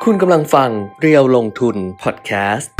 คุณกำลังฟังเรียวลงทุนพอดแคสต์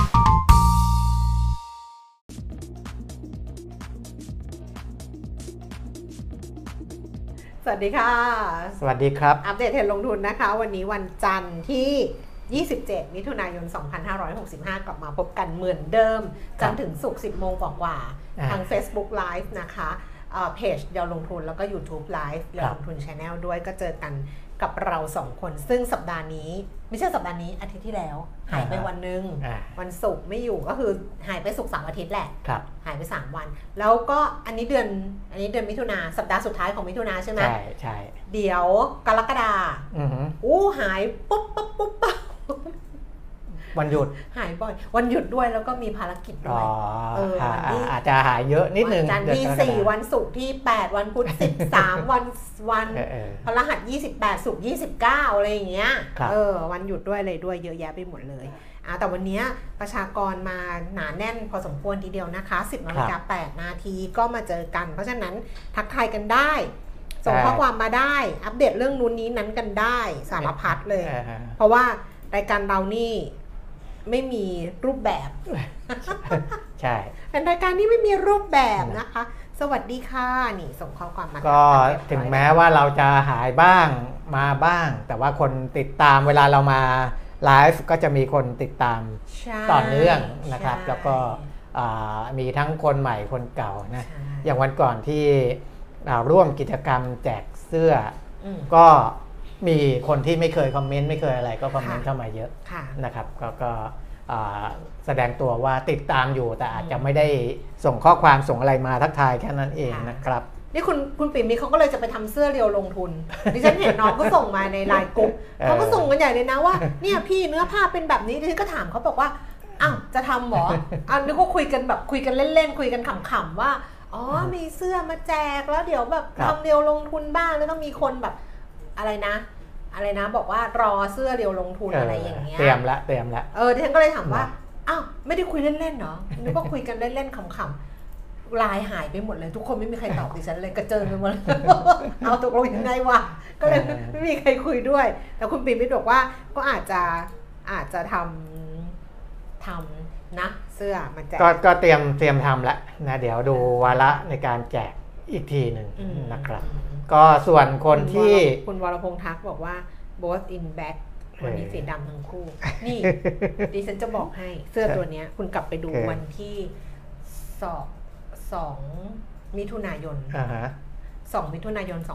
สวัสดีค่ะสวัสดีครับอัปเดตเทรนด์ลงทุนนะคะวันนี้วันจันทร์ที่27มิถุนายน2565กลับมาพบกันเหมือนเดิมจันทร์ถึงศุกร์ 10 โมงกว่าทาง Facebook Live นะคะเพจเรียวลงทุนแล้วก็ YouTube Live เรียวลงทุน Channel ด้วยก็เจอกันกับเรา2คนซึ่งสัปดาห์นี้ไม่ใช่สัปดาห์นี้อาทิตย์ที่แล้วหายไปวันนึงวันศุกร์ไม่อยู่ก็คือหายไปศุกร์3อาทิตย์แหละหายไป3วันแล้วก็อันนี้เดือนมิถุนาสัปดาห์สุดท้ายของมิถุนาใช่ไหมใช่เดี๋ยวกรกฎาคมหายปุ๊บวันหยุดหายบ่อยวันหยุดด้วยแล้วก็มีภารกิจด้วยอาจจะหายเยอะนิดนึงจันทร์ที่4วันศุกร์ที่8วันพุธ13วันพฤหัส28ศุกร์29อะไรอย่างเงี้ยวันหยุดด้วยเลยด้วยเยอะแยะไปหมดเลยแต่วันนี้ประชากรมาหนาแน่นพอสมควรทีเดียวนะคะ 10:08 นาทีก็มาเจอกันเพราะฉะนั้นทักทายกันได้ส่งข้อความมาได้อัปเดตเรื่องนู้นนี้นั้นกันได้สารพัดเลยเพราะว่ารายการเรานี่ไม่มีรูปแบบใช่เป็นรายการที่ไม่มีรูปแบบนะคะสวัสดีค่ะนี่ส่งข้อความมาก็ถึงแม้ว่าเราจะหายบ้างมาบ้างแต่ว่าคนติดตามเวลาเรามาไลฟ์ก็จะมีคนติดตามต่อเนื่องนะครับแล้วก็มีทั้งคนใหม่คนเก่านะอย่างวันก่อนที่ร่วมกิจกรรมแจกเสื้อก็มีคนที่ไม่เคยคอมเมนต์ไม่เคยอะไรก็คอมเมนต์เข้ามาเยอะนะครับก็แสดงตัวว่าติดตามอยู่แต่อาจจะไม่ได้ส่งข้อความส่งอะไรมาทักทายแค่นั้นเองนะครับนี่คุณปิ่มนี่เขาก็เลยจะไปทำเสื้อเรียวลงทุนดิฉันเห็นน้องก็ส่งมาในไลน์กลุ่มเขาก็ส่งกันใหญ่เลยนะว่าเนี่ยพี่เนื้อผ้าเป็นแบบนี้ดิฉันก็ถามเขาบอกว่าอ้าวจะทำหรอนึกว่าคุยกันแบบคุยกันเล่นๆคุยกันขำๆว่าอ๋อมีเสื้อมาแจกแล้วเดี๋ยวแบบทำเรียวลงทุนบ้างแล้วต้องมีคนแบบอะไรนะบอกว่ารอเสื้อเรียวลงทุนอะไรอย่างเงี้ยเตรียมละดิฉันก็เลยถามว่าอ้าวไม่ได้คุยเล่นๆเนาะนึกว่าคุยกันเล่นๆขำๆไลน์หายไปหมดเลยทุกคนไม่มีใครตอบดิฉันเลยกระเจิงไปหมดเอาตกลงยังไงวะก็เลยไม่มีใครคุยด้วยแต่คุณปิ่มบอกว่าก็อาจจะทำนะเสื้อมันแจกก็เตรียมทำแล้วนะเดี๋ยวดูวาระในการแจกอีกทีหนึ่งนะครับก็ส่วนคนที่คุณวรพงษ์ทักบอกว่า both in black วันนี้สีดำทั้งคู่นี่ดิฉันจะบอกให้เสื้อตัวนี้คุณกลับไปดูวันที่2มิถุนายน2มิถุนายน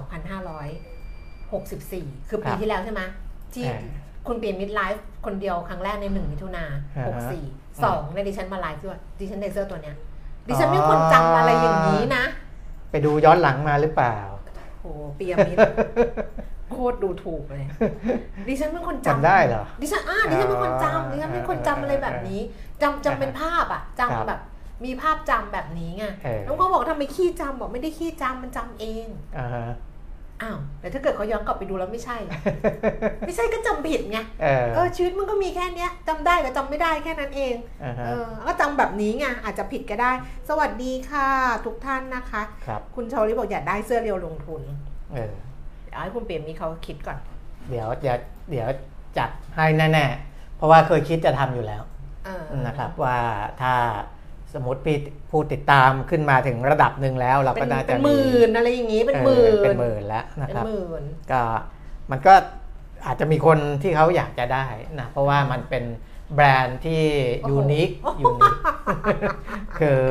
2564คือปีที่แล้วใช่ไหมที่คุณเปลี่ยนมิดไลฟ์คนเดียวครั้งแรกใน1มิถุนา64 2ในดิฉันมาไลฟ์ด้วยดิฉันในเสื้อตัวเนี้ยดิฉันไม่ควรจำอะไรอย่างนี้นะไปดูย้อนหลังมาหรือเปล่าโอ้เปียมิดโคตรดูถูกเลยดิฉันเป็นคนจำได้เหรอดิฉันเป็นคนจำดิฉันเป็นคนจำอะไรแบบนี้จำเป็นภาพอ่ะจำแบบมีภาพจำแบบนี้ไงแล้วก็บอกทำไมขี้จำบอกไม่ได้ขี้จำมันจำเองอ้าวแต่ถ้าเกิดเขาย้อนกลับไปดูแล้วไม่ใช่ก็จำผิดไงชีวิตมันก็มีแค่นี้จำได้กับจำไม่ได้แค่นั้นเองก็จำแบบนี้ไงอาจจะผิดก็ได้สวัสดีค่ะทุกท่านนะคะคุณชาวลิบอกอยากได้เสื้อเรียวลงทุนเอาให้คุณเปี่ยมมีเขาคิดก่อนเดี๋ยวจัดให้แน่ๆเพราะว่าเคยคิดจะทำอยู่แล้วนะครับว่าถ้าสมมติผู้ติดตามขึ้นมาถึงระดับหนึ่งแล้วเราก็น่าจะเป็นหมื่นอะไรอย่างงี้เป็นหมื่นแล้วนะครับก็มันก็อาจจะมีคนที่เขาอยากจะได้นะเพราะว่ามันเป็นแบรนด์ที่ยูนิคคือ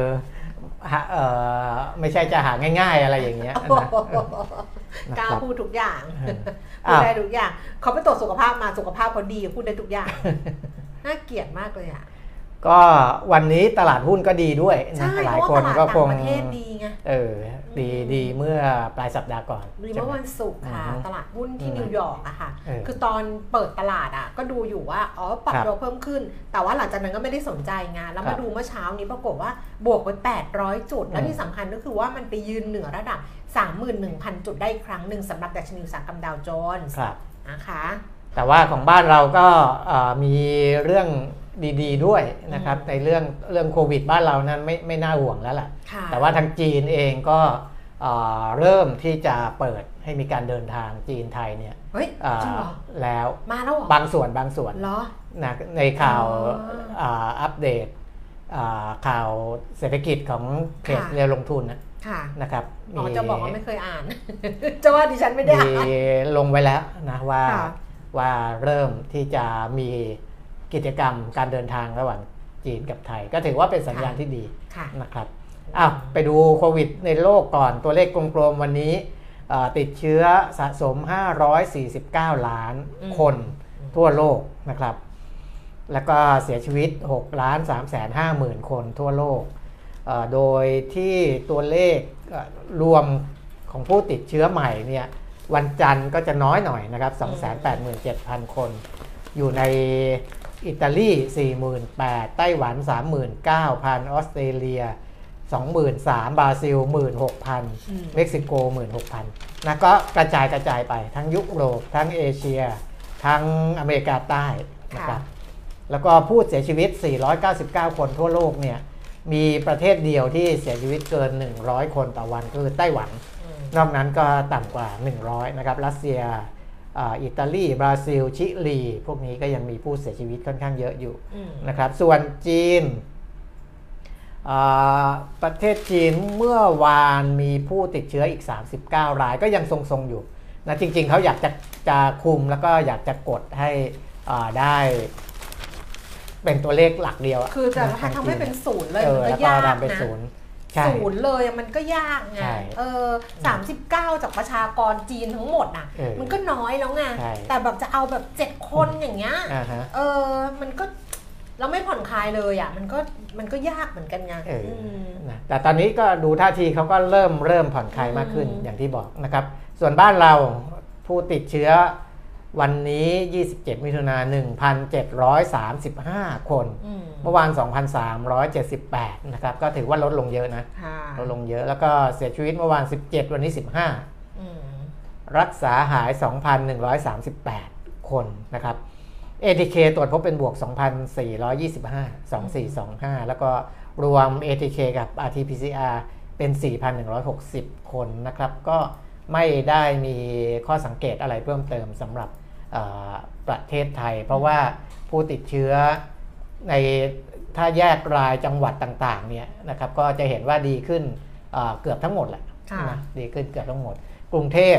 ไม่ใช่จะหาง่ายๆอะไรอย่างเงี้ยกล้าพูดทุกอย่างพูดได้ทุกอย่างเขาไปตรวจสุขภาพมาสุขภาพเขาดีพูดได้ทุกอย่างน่าเกลียดมากเลยอ่ะก็วันนี้ตลาดหุ้นก็ดีด้วยนะหลายคนก็คงประเทศดีไงดีเมื่อปลายสัปดาห์ก่อนเมื่อวันศุกร์ค่ะตลาดหุ้นที่นิวยอร์กอะค่ะคือตอนเปิดตลาดอะก็ดูอยู่ว่าปรับตัวเพิ่มขึ้นแต่ว่าหลังจากนั้นก็ไม่ได้สนใจงานแล้วมาดูเมื่อเช้านี้ปรากฏว่าบวกไป800จุดและที่สำคัญก็คือว่ามันไปยืนเหนือระดับ 31,000 จุดได้อีกครั้งหนึ่งสำหรับดัชนีอุตสาหกรรมดาวโจนส์นะคะแต่ว่าของบ้านเราก็มีเรื่องดีๆด้วยนะครับในเรื่องโควิดบ้านเรานั้นไม่น่าห่วงแล้วล่ะแต่ว่าทางจีนเองก็เริ่มที่จะเปิดใให้มีการเดินทางจีนไทยเนี่ยเฮ้ยจริงเหรอแล้วมาแล้วเหรอบางส่วนเหรอนะในข่าวอัปเดตข่าวเศรษฐกิจของเพจเรียวลงทุนนะครับจะบอกว่าไม่เคยอ่าน จะว่าดิฉันไม่ได้อ่านมีลงไว้แล้วนะว่าเริ่มที่จะมีกิจกรรมการเดินทางระหว่างจีนกับไทยก็ถือว่าเป็นสัญญาณที่ดีนะครับไปดูโควิดในโลกก่อนตัวเลขกลมๆวันนี้ติดเชื้อสะสม549ล้านคนทั่วโลกนะครับแล้วก็เสียชีวิต6,350,000 คนทั่วโลกโดยที่ตัวเลขรวมของผู้ติดเชื้อใหม่เนี่ยวันจันทร์ก็จะน้อยหน่อยนะครับ 287,000 คนอยู่ในอิตาลี 48,000 ไต้หวัน 39,000 ออสเตรเลีย 23,000 บราซิล 16,000 เม็กซิโก 16,000 นะก็กระจายไปทั้งยุโรปทั้งเอเชียทั้งอเมริกาใต้นะครับแล้วก็ผู้เสียชีวิต499คนทั่วโลกเนี่ยมีประเทศเดียวที่เสียชีวิตเกิน100คนต่อวันก็คือไต้หวันนอกนั้นก็ต่ำกว่า100นะครับรัสเซียอิตาลีบราซิลชิลีพวกนี้ก็ยังมีผู้เสียชีวิตค่อนข้างเยอะอยู่นะครับส่วนจีนประเทศจีนเมื่อวานมีผู้ติดเชื้ออีก39รายก็ยังทรงๆอยู่นะจริงๆเขาอยากจะคุมแล้วก็อยากจะกดให้ได้เป็นตัวเลขหลักเดียวคือจะทำให้เป็นศูนย์เลยมันก็ยากนะศูนย์เลยมันก็ยากไง39จากประชากรจีนทั้งหมดน่ะมันก็น้อยแล้วไงแต่แบบจะเอาแบบ7คนอย่างเงี้ยมันก็เราไม่ผ่อนคลายเลยอ่ะมันก็ยากเหมือนกันไงแต่ตอนนี้ก็ดูท่าทีเขาก็เริ่มผ่อนคลายมากขึ้นอย่างที่บอกนะครับส่วนบ้านเราผู้ติดเชื้อวันนี้27มิถุนายน 1,735 คนเมื่อวาน 2,378 นะครับก็ถือว่าลดลงเยอะนะลดลงเยอะแล้วก็เสียชีวิตเมื่อวาน17วันนี้15รักษาหาย 2,138 คนนะครับ ATK ตรวจพบเป็นบวก 2,425 2425แล้วก็รวม ATK กับ RT-PCR เป็น 4,160 คนนะครับก็ไม่ได้มีข้อสังเกตอะไรเพิ่มเติมสำหรับประเทศไทยเพราะว่าผู้ติดเชื้อในถ้าแยกรายจังหวัดต่างๆเนี่ยนะครับก็จะเห็นว่าดีขึ้นเกือบทั้งหมดแหละนะดีขึ้นเกือบทั้งหมดกรุงเทพ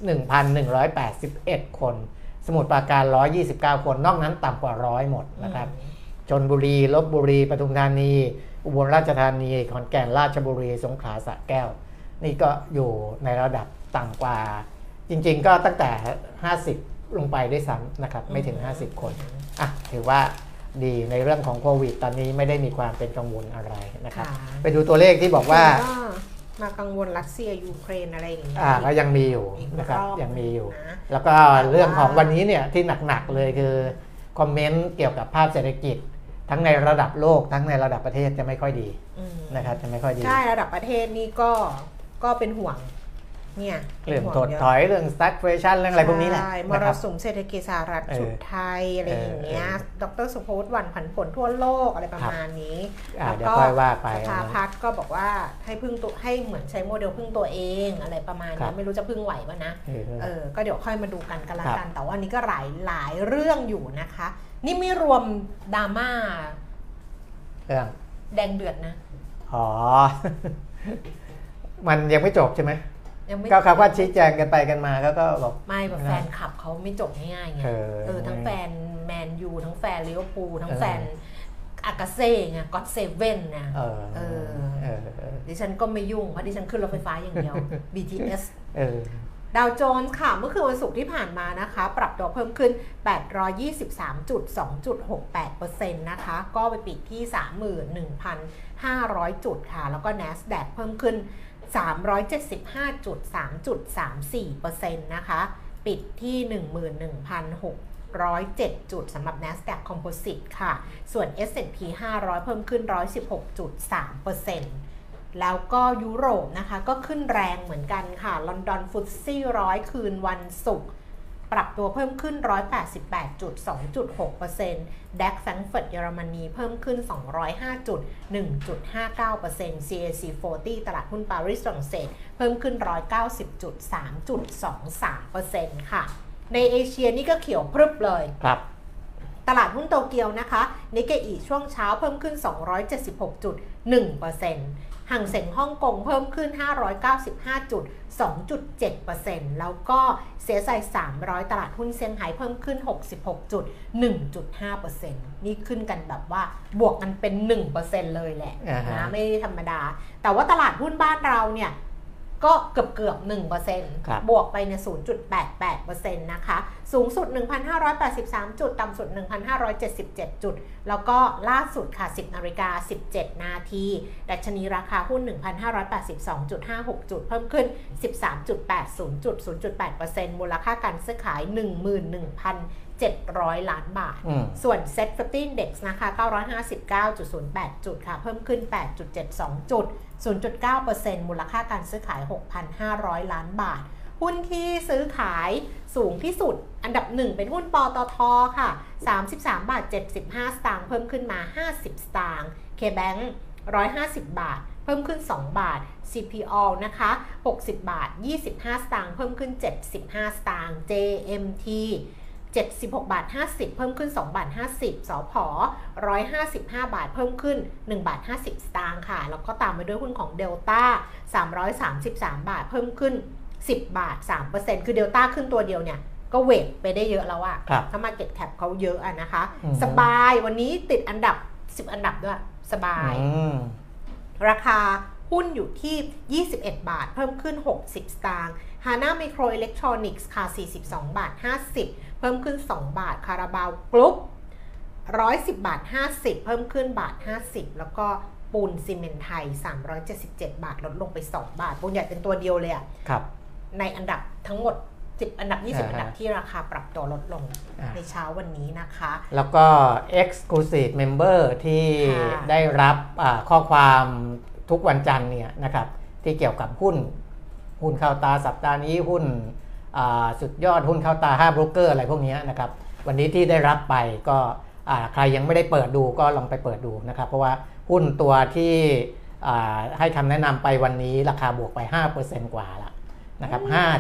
1,181 คนสมุทรปราการ129คนนอกนั้นต่ำกว่า100หมดนะครับชลบุรีลพบุรีปทุมธานีอุบลราชธานีขอนแก่นราชบุรีสงขลาสระแก้วนี่ก็อยู่ในระดับต่ำกว่าจริงๆก็ตั้งแต่50ลงไปด้วยซ้ำนะครับไม่ถึง50คนถือว่าดีในเรื่องของโควิดตอนนี้ไม่ได้มีความเป็นกังวลอะไรนะครับไปดูตัวเลขที่บอกว่ามากังวลรัสเซียยูเครนอะไรอย่างเงี้ยก็ยังมีอยู่นะครับยังมีอยู่แล้วก็เรื่องของวันนี้เนี่ยที่หนักๆเลยคือคอมเมนต์เกี่ยวกับภาพเศรษฐกิจทั้งในระดับโลกทั้งในระดับประเทศจะไม่ค่อยดีนะครับจะไม่ค่อยดีใช่ระดับประเทศนี่ก็เป็นห่วงเนี่ยเรื่องถดถอยเรื่อง stagflation เรื่องอะไรพวกนี้แหละมรสุมเศรษฐกิจสหรัฐฉุดไทยอะไรอย่างเงี้ยดร.สุภวุฒิวรรณผันผวนทั่วโลกอะไรประมาณนี้แล้วก็สภาพัฒน์ก็บอกว่าให้พึ่งตัวให้เหมือนใช้โมเดลพึ่งตัวเองอะไรประมาณนี้ไม่รู้จะพึ่งไหวป่ะนะก็เดี๋ยวค่อยมาดูกันละกันแต่ว่านี้ก็หลายเรื่องอยู่นะคะนี่ไม่รวมดราม่าเรื่องแดงเดือดนะมันยังไม่จบใช่ไหมก็เขาก็ชี้แจงกันไปกันมาก็บอกไม่แบบแฟนคลับเขาไม่จบง่ายๆไงทั้งแฟนแมนยูทั้งแฟนลิเวอร์พูลทั้งแฟนอากาเซ่ไงก็อตเซเว่นนะดิฉันก็ไม่ยุ่งเพราะดิฉันขึ้นรถไฟฟ้าอย่างเดียว BTS ดาวโจนส์ค่ะเมื่อคืนวันศุกร์ที่ผ่านมานะคะปรับตัวเพิ่มขึ้น 823.2.68% นะคะก็ไปปิดที่ 31,500 จุดค่ะแล้วก็ NASDAQ เพิ่มขึ้น375.3.34% นะคะปิดที่ 11,607 จุดสำหรับ NASDAQ Composite ค่ะส่วน S&P 500 เพิ่มขึ้น 116.3% แล้วก็ยุโรปนะคะก็ขึ้นแรงเหมือนกันค่ะลอนดอนฟุตซี่100คืนวันศุกร์ปรับตัวเพิ่มขึ้น 188 จุด 2.6% DAX แฟรงก์เฟิร์ตเยอรมนีเพิ่มขึ้น 205 จุด 1.59% CAC 40 ตลาดหุ้นปารีสฝรั่งเศสเพิ่มขึ้น 190 จุด 3.23% ค่ะในเอเชียนี่ก็เขียวพรึบเลยครับตลาดหุ้นโตเกียวนะคะนิกเกอิช่วงเช้าเพิ่มขึ้น 276.1%ห่างเส็งฮ่องกงเพิ่มขึ้น 595.2.7% แล้วก็เสียใจ300ตลาดหุ้นเซี่ยงไฮ้เพิ่มขึ้น 66.1.5% นี่ขึ้นกันแบบว่าบวกกันเป็น 1% เลยแหละนะไม่ธรรมดาแต่ว่าตลาดหุ้นบ้านเราเนี่ยก็เกือบ 1% บวกไปใน 0.88% นะคะสูงสุด 1,583 จุดต่ำสุด 1,577 จุดแล้วก็ล่าสุดค่ะ 10:17 น.ดัชนีราคาหุ้น 1,582.56 จุดเพิ่มขึ้น 13.80 จุด 0.8% มูลค่าการซื้อขาย 11,700 ล้านบาทส่วน Set 50 Index นะคะ 959.08 จุดค่ะเพิ่มขึ้น 8.72 จุด0.9% มูลค่าการซื้อขาย 6,500 ล้านบาทหุ้นที่ซื้อขายสูงที่สุดอันดับ1เป็นหุ้นปตทค่ะ 33.75 สตางค์เพิ่มขึ้นมา50สตางค์ KBank 150 บาทเพิ่มขึ้น2บาท CPO นะคะ60 บาท25สตางค์เพิ่มขึ้น75สตางค์ JMT 76 บาท 50เพิ่มขึ้น2บาท50สผ155 บาทเพิ่มขึ้น1บาท50สตางค์ค่ะแล้วก็ตามไปด้วยหุ้นของ Delta 333 บาทเพิ่มขึ้น10 บาท 3% คือ Delta ขึ้นตัวเดียวเนี่ยก็เวทไปได้เยอะแล้วอะถ้า Market Cap เขาเยอะอะนะคะสบายวันนี้ติดอันดับ10อันดับด้วยสบายราคาหุ้นอยู่ที่21บาทเพิ่มขึ้น60สตางค์ Hana Micro Electronics ค่ะ42บาท50เพิ่มขึ้น2บาทคาราบาวกรุ๊ป110บาท50เพิ่มขึ้นบาท50แล้วก็ปูนซีเมนต์ไทย377บาทลดลงไป2บาทปูนใหญ่เป็นตัวเดียวเลยอ่ะในอันดับทั้งหมด10อันดับ20อันดับที่ราคาปรับตัวลดลงในเช้าวันนี้นะคะแล้วก็ Exclusive Member ที่ได้รับข้อความทุกวันจันทร์เนี่ยนะครับที่เกี่ยวกับหุ้นเข้าตาสัปดาห์นี้หุ้นสุดยอดหุ้นเข้าตา5โบรกเกอร์อะไรพวกนี้นะครับวันนี้ที่ได้รับไปก็ใครยังไม่ได้เปิดดูก็ลองไปเปิดดูนะครับเพราะว่าหุ้นตัวที่ให้คำแนะนำไปวันนี้ราคาบวกไป 5% กว่าแล้วนะครับ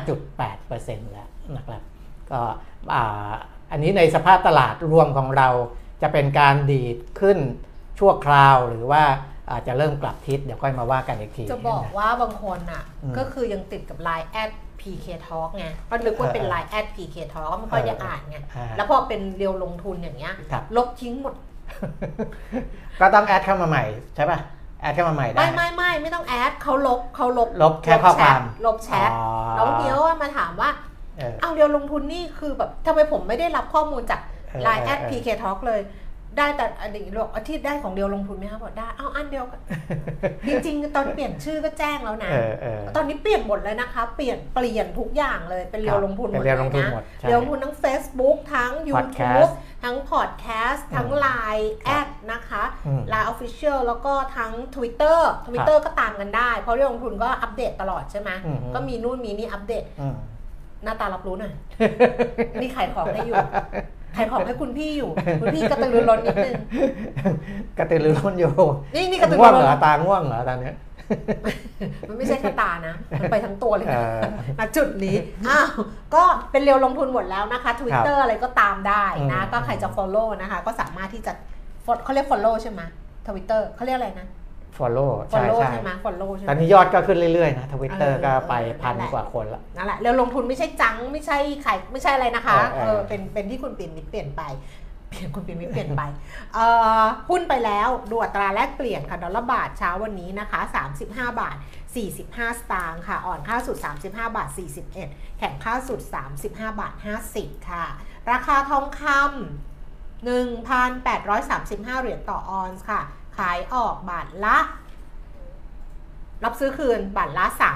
5.8% แล้วนะครับก็อันนี้ในสภาพตลาดรวมของเราจะเป็นการดีดขึ้นชั่วคราวหรือว่าอาจจะเริ่มกลับทิศเดี๋ยวค่อยมาว่ากันอีกทีจะบอกว่าบางคนอ่ะก็คือยังติดกับ Line @PK Talk ไงก็นึกว่าเป็น Line @PK Talk ก็ไม่ค่อยจะอ่านไงแล้วพอเป็นเรียวลงทุนอย่างเงี้ยลบทิ้งหมดก็ต้องแอดเข้ามาใหม่ใช่ป่ะแอดเข้ามาใหม่ได้ไม่ต้องแอดเขาลบแค่ข้อความลบแชทแล้วเดี๋ยวมาถามว่าเอาเรียวลงทุนนี่คือแบบทำไมผมไม่ได้รับข้อมูลจาก Line @PK Talk เลยได้แต่อันนี้หรอกที่ได้ของเดียวลงทุนไหมครับบอกได้เอาอันเดียวกันจริงๆตอนเปลี่ยนชื่อก็แจ้งแล้วนะตอนนี้เปลี่ยนหมดเลยนะคะเปลี่ยนทุกอย่างเลยเป็นเรียวลงทุนหมดเลยนะเรียวลงทุนทั้ง Facebook ทั้ง YouTube ทั้ง Podcast ทั้ง Line แอดนะคะ Line Official แล้วก็ทั้ง Twitter ก็ตามกันได้เพราะเรียวลงทุนก็อัปเดตตลอดใช่ไหมก็มีนู่นมีนี่อัปเดตหน้าตารับรู้หน่อยนี่ขายของได้อยู่ขายของให้คุณพี่อยู่คุณพี่กระตือรือร้นนิดนึงกระตือรือร้นอยู่นี่กระตือรือร้นเหรอตาง่วงเหรอตอนนี้มันไม่ใช่แค่ตานะมันไปทั้งตัวเลยนะจุดนี้ก็เป็นเรียวลงทุนหมดแล้วนะคะ Twitter อะไรก็ตามได้นะก็ใครจะ follow นะคะก็สามารถที่จะเขาเรียก follow ใช่ไหม Twitter เขาเรียกอะไรนะ follow ใช่ไหม follow ใช่ไหมตอนนี้ยอดก็ขึ้นเรื่อยๆนะ Twitter ก็ไป1,000 กว่าคนแล้วนั่นแหละเรียวลงทุนไม่ใช่จังไม่ใช่ขายไม่ใช่อะไรนะคะเป็นที่คุณปิ่นมิตรเปลี่ยนไปคุณปิ่นมิตรเปลี่ยนไปหุ้นไปแล้วดูอัตราแลกเปลี่ยนค่ะดอลลาร์บาทเช้าวันนี้นะคะ35บาท45สตางค์ค่ะอ่อนค่าสุด35บาท41แข็งค่าสุด35บาท50ค่ะราคาทองคำ 1,835 เหรียญต่อออนซ์ค่ะขายออกบาทละรับซื้อคืนบาทละ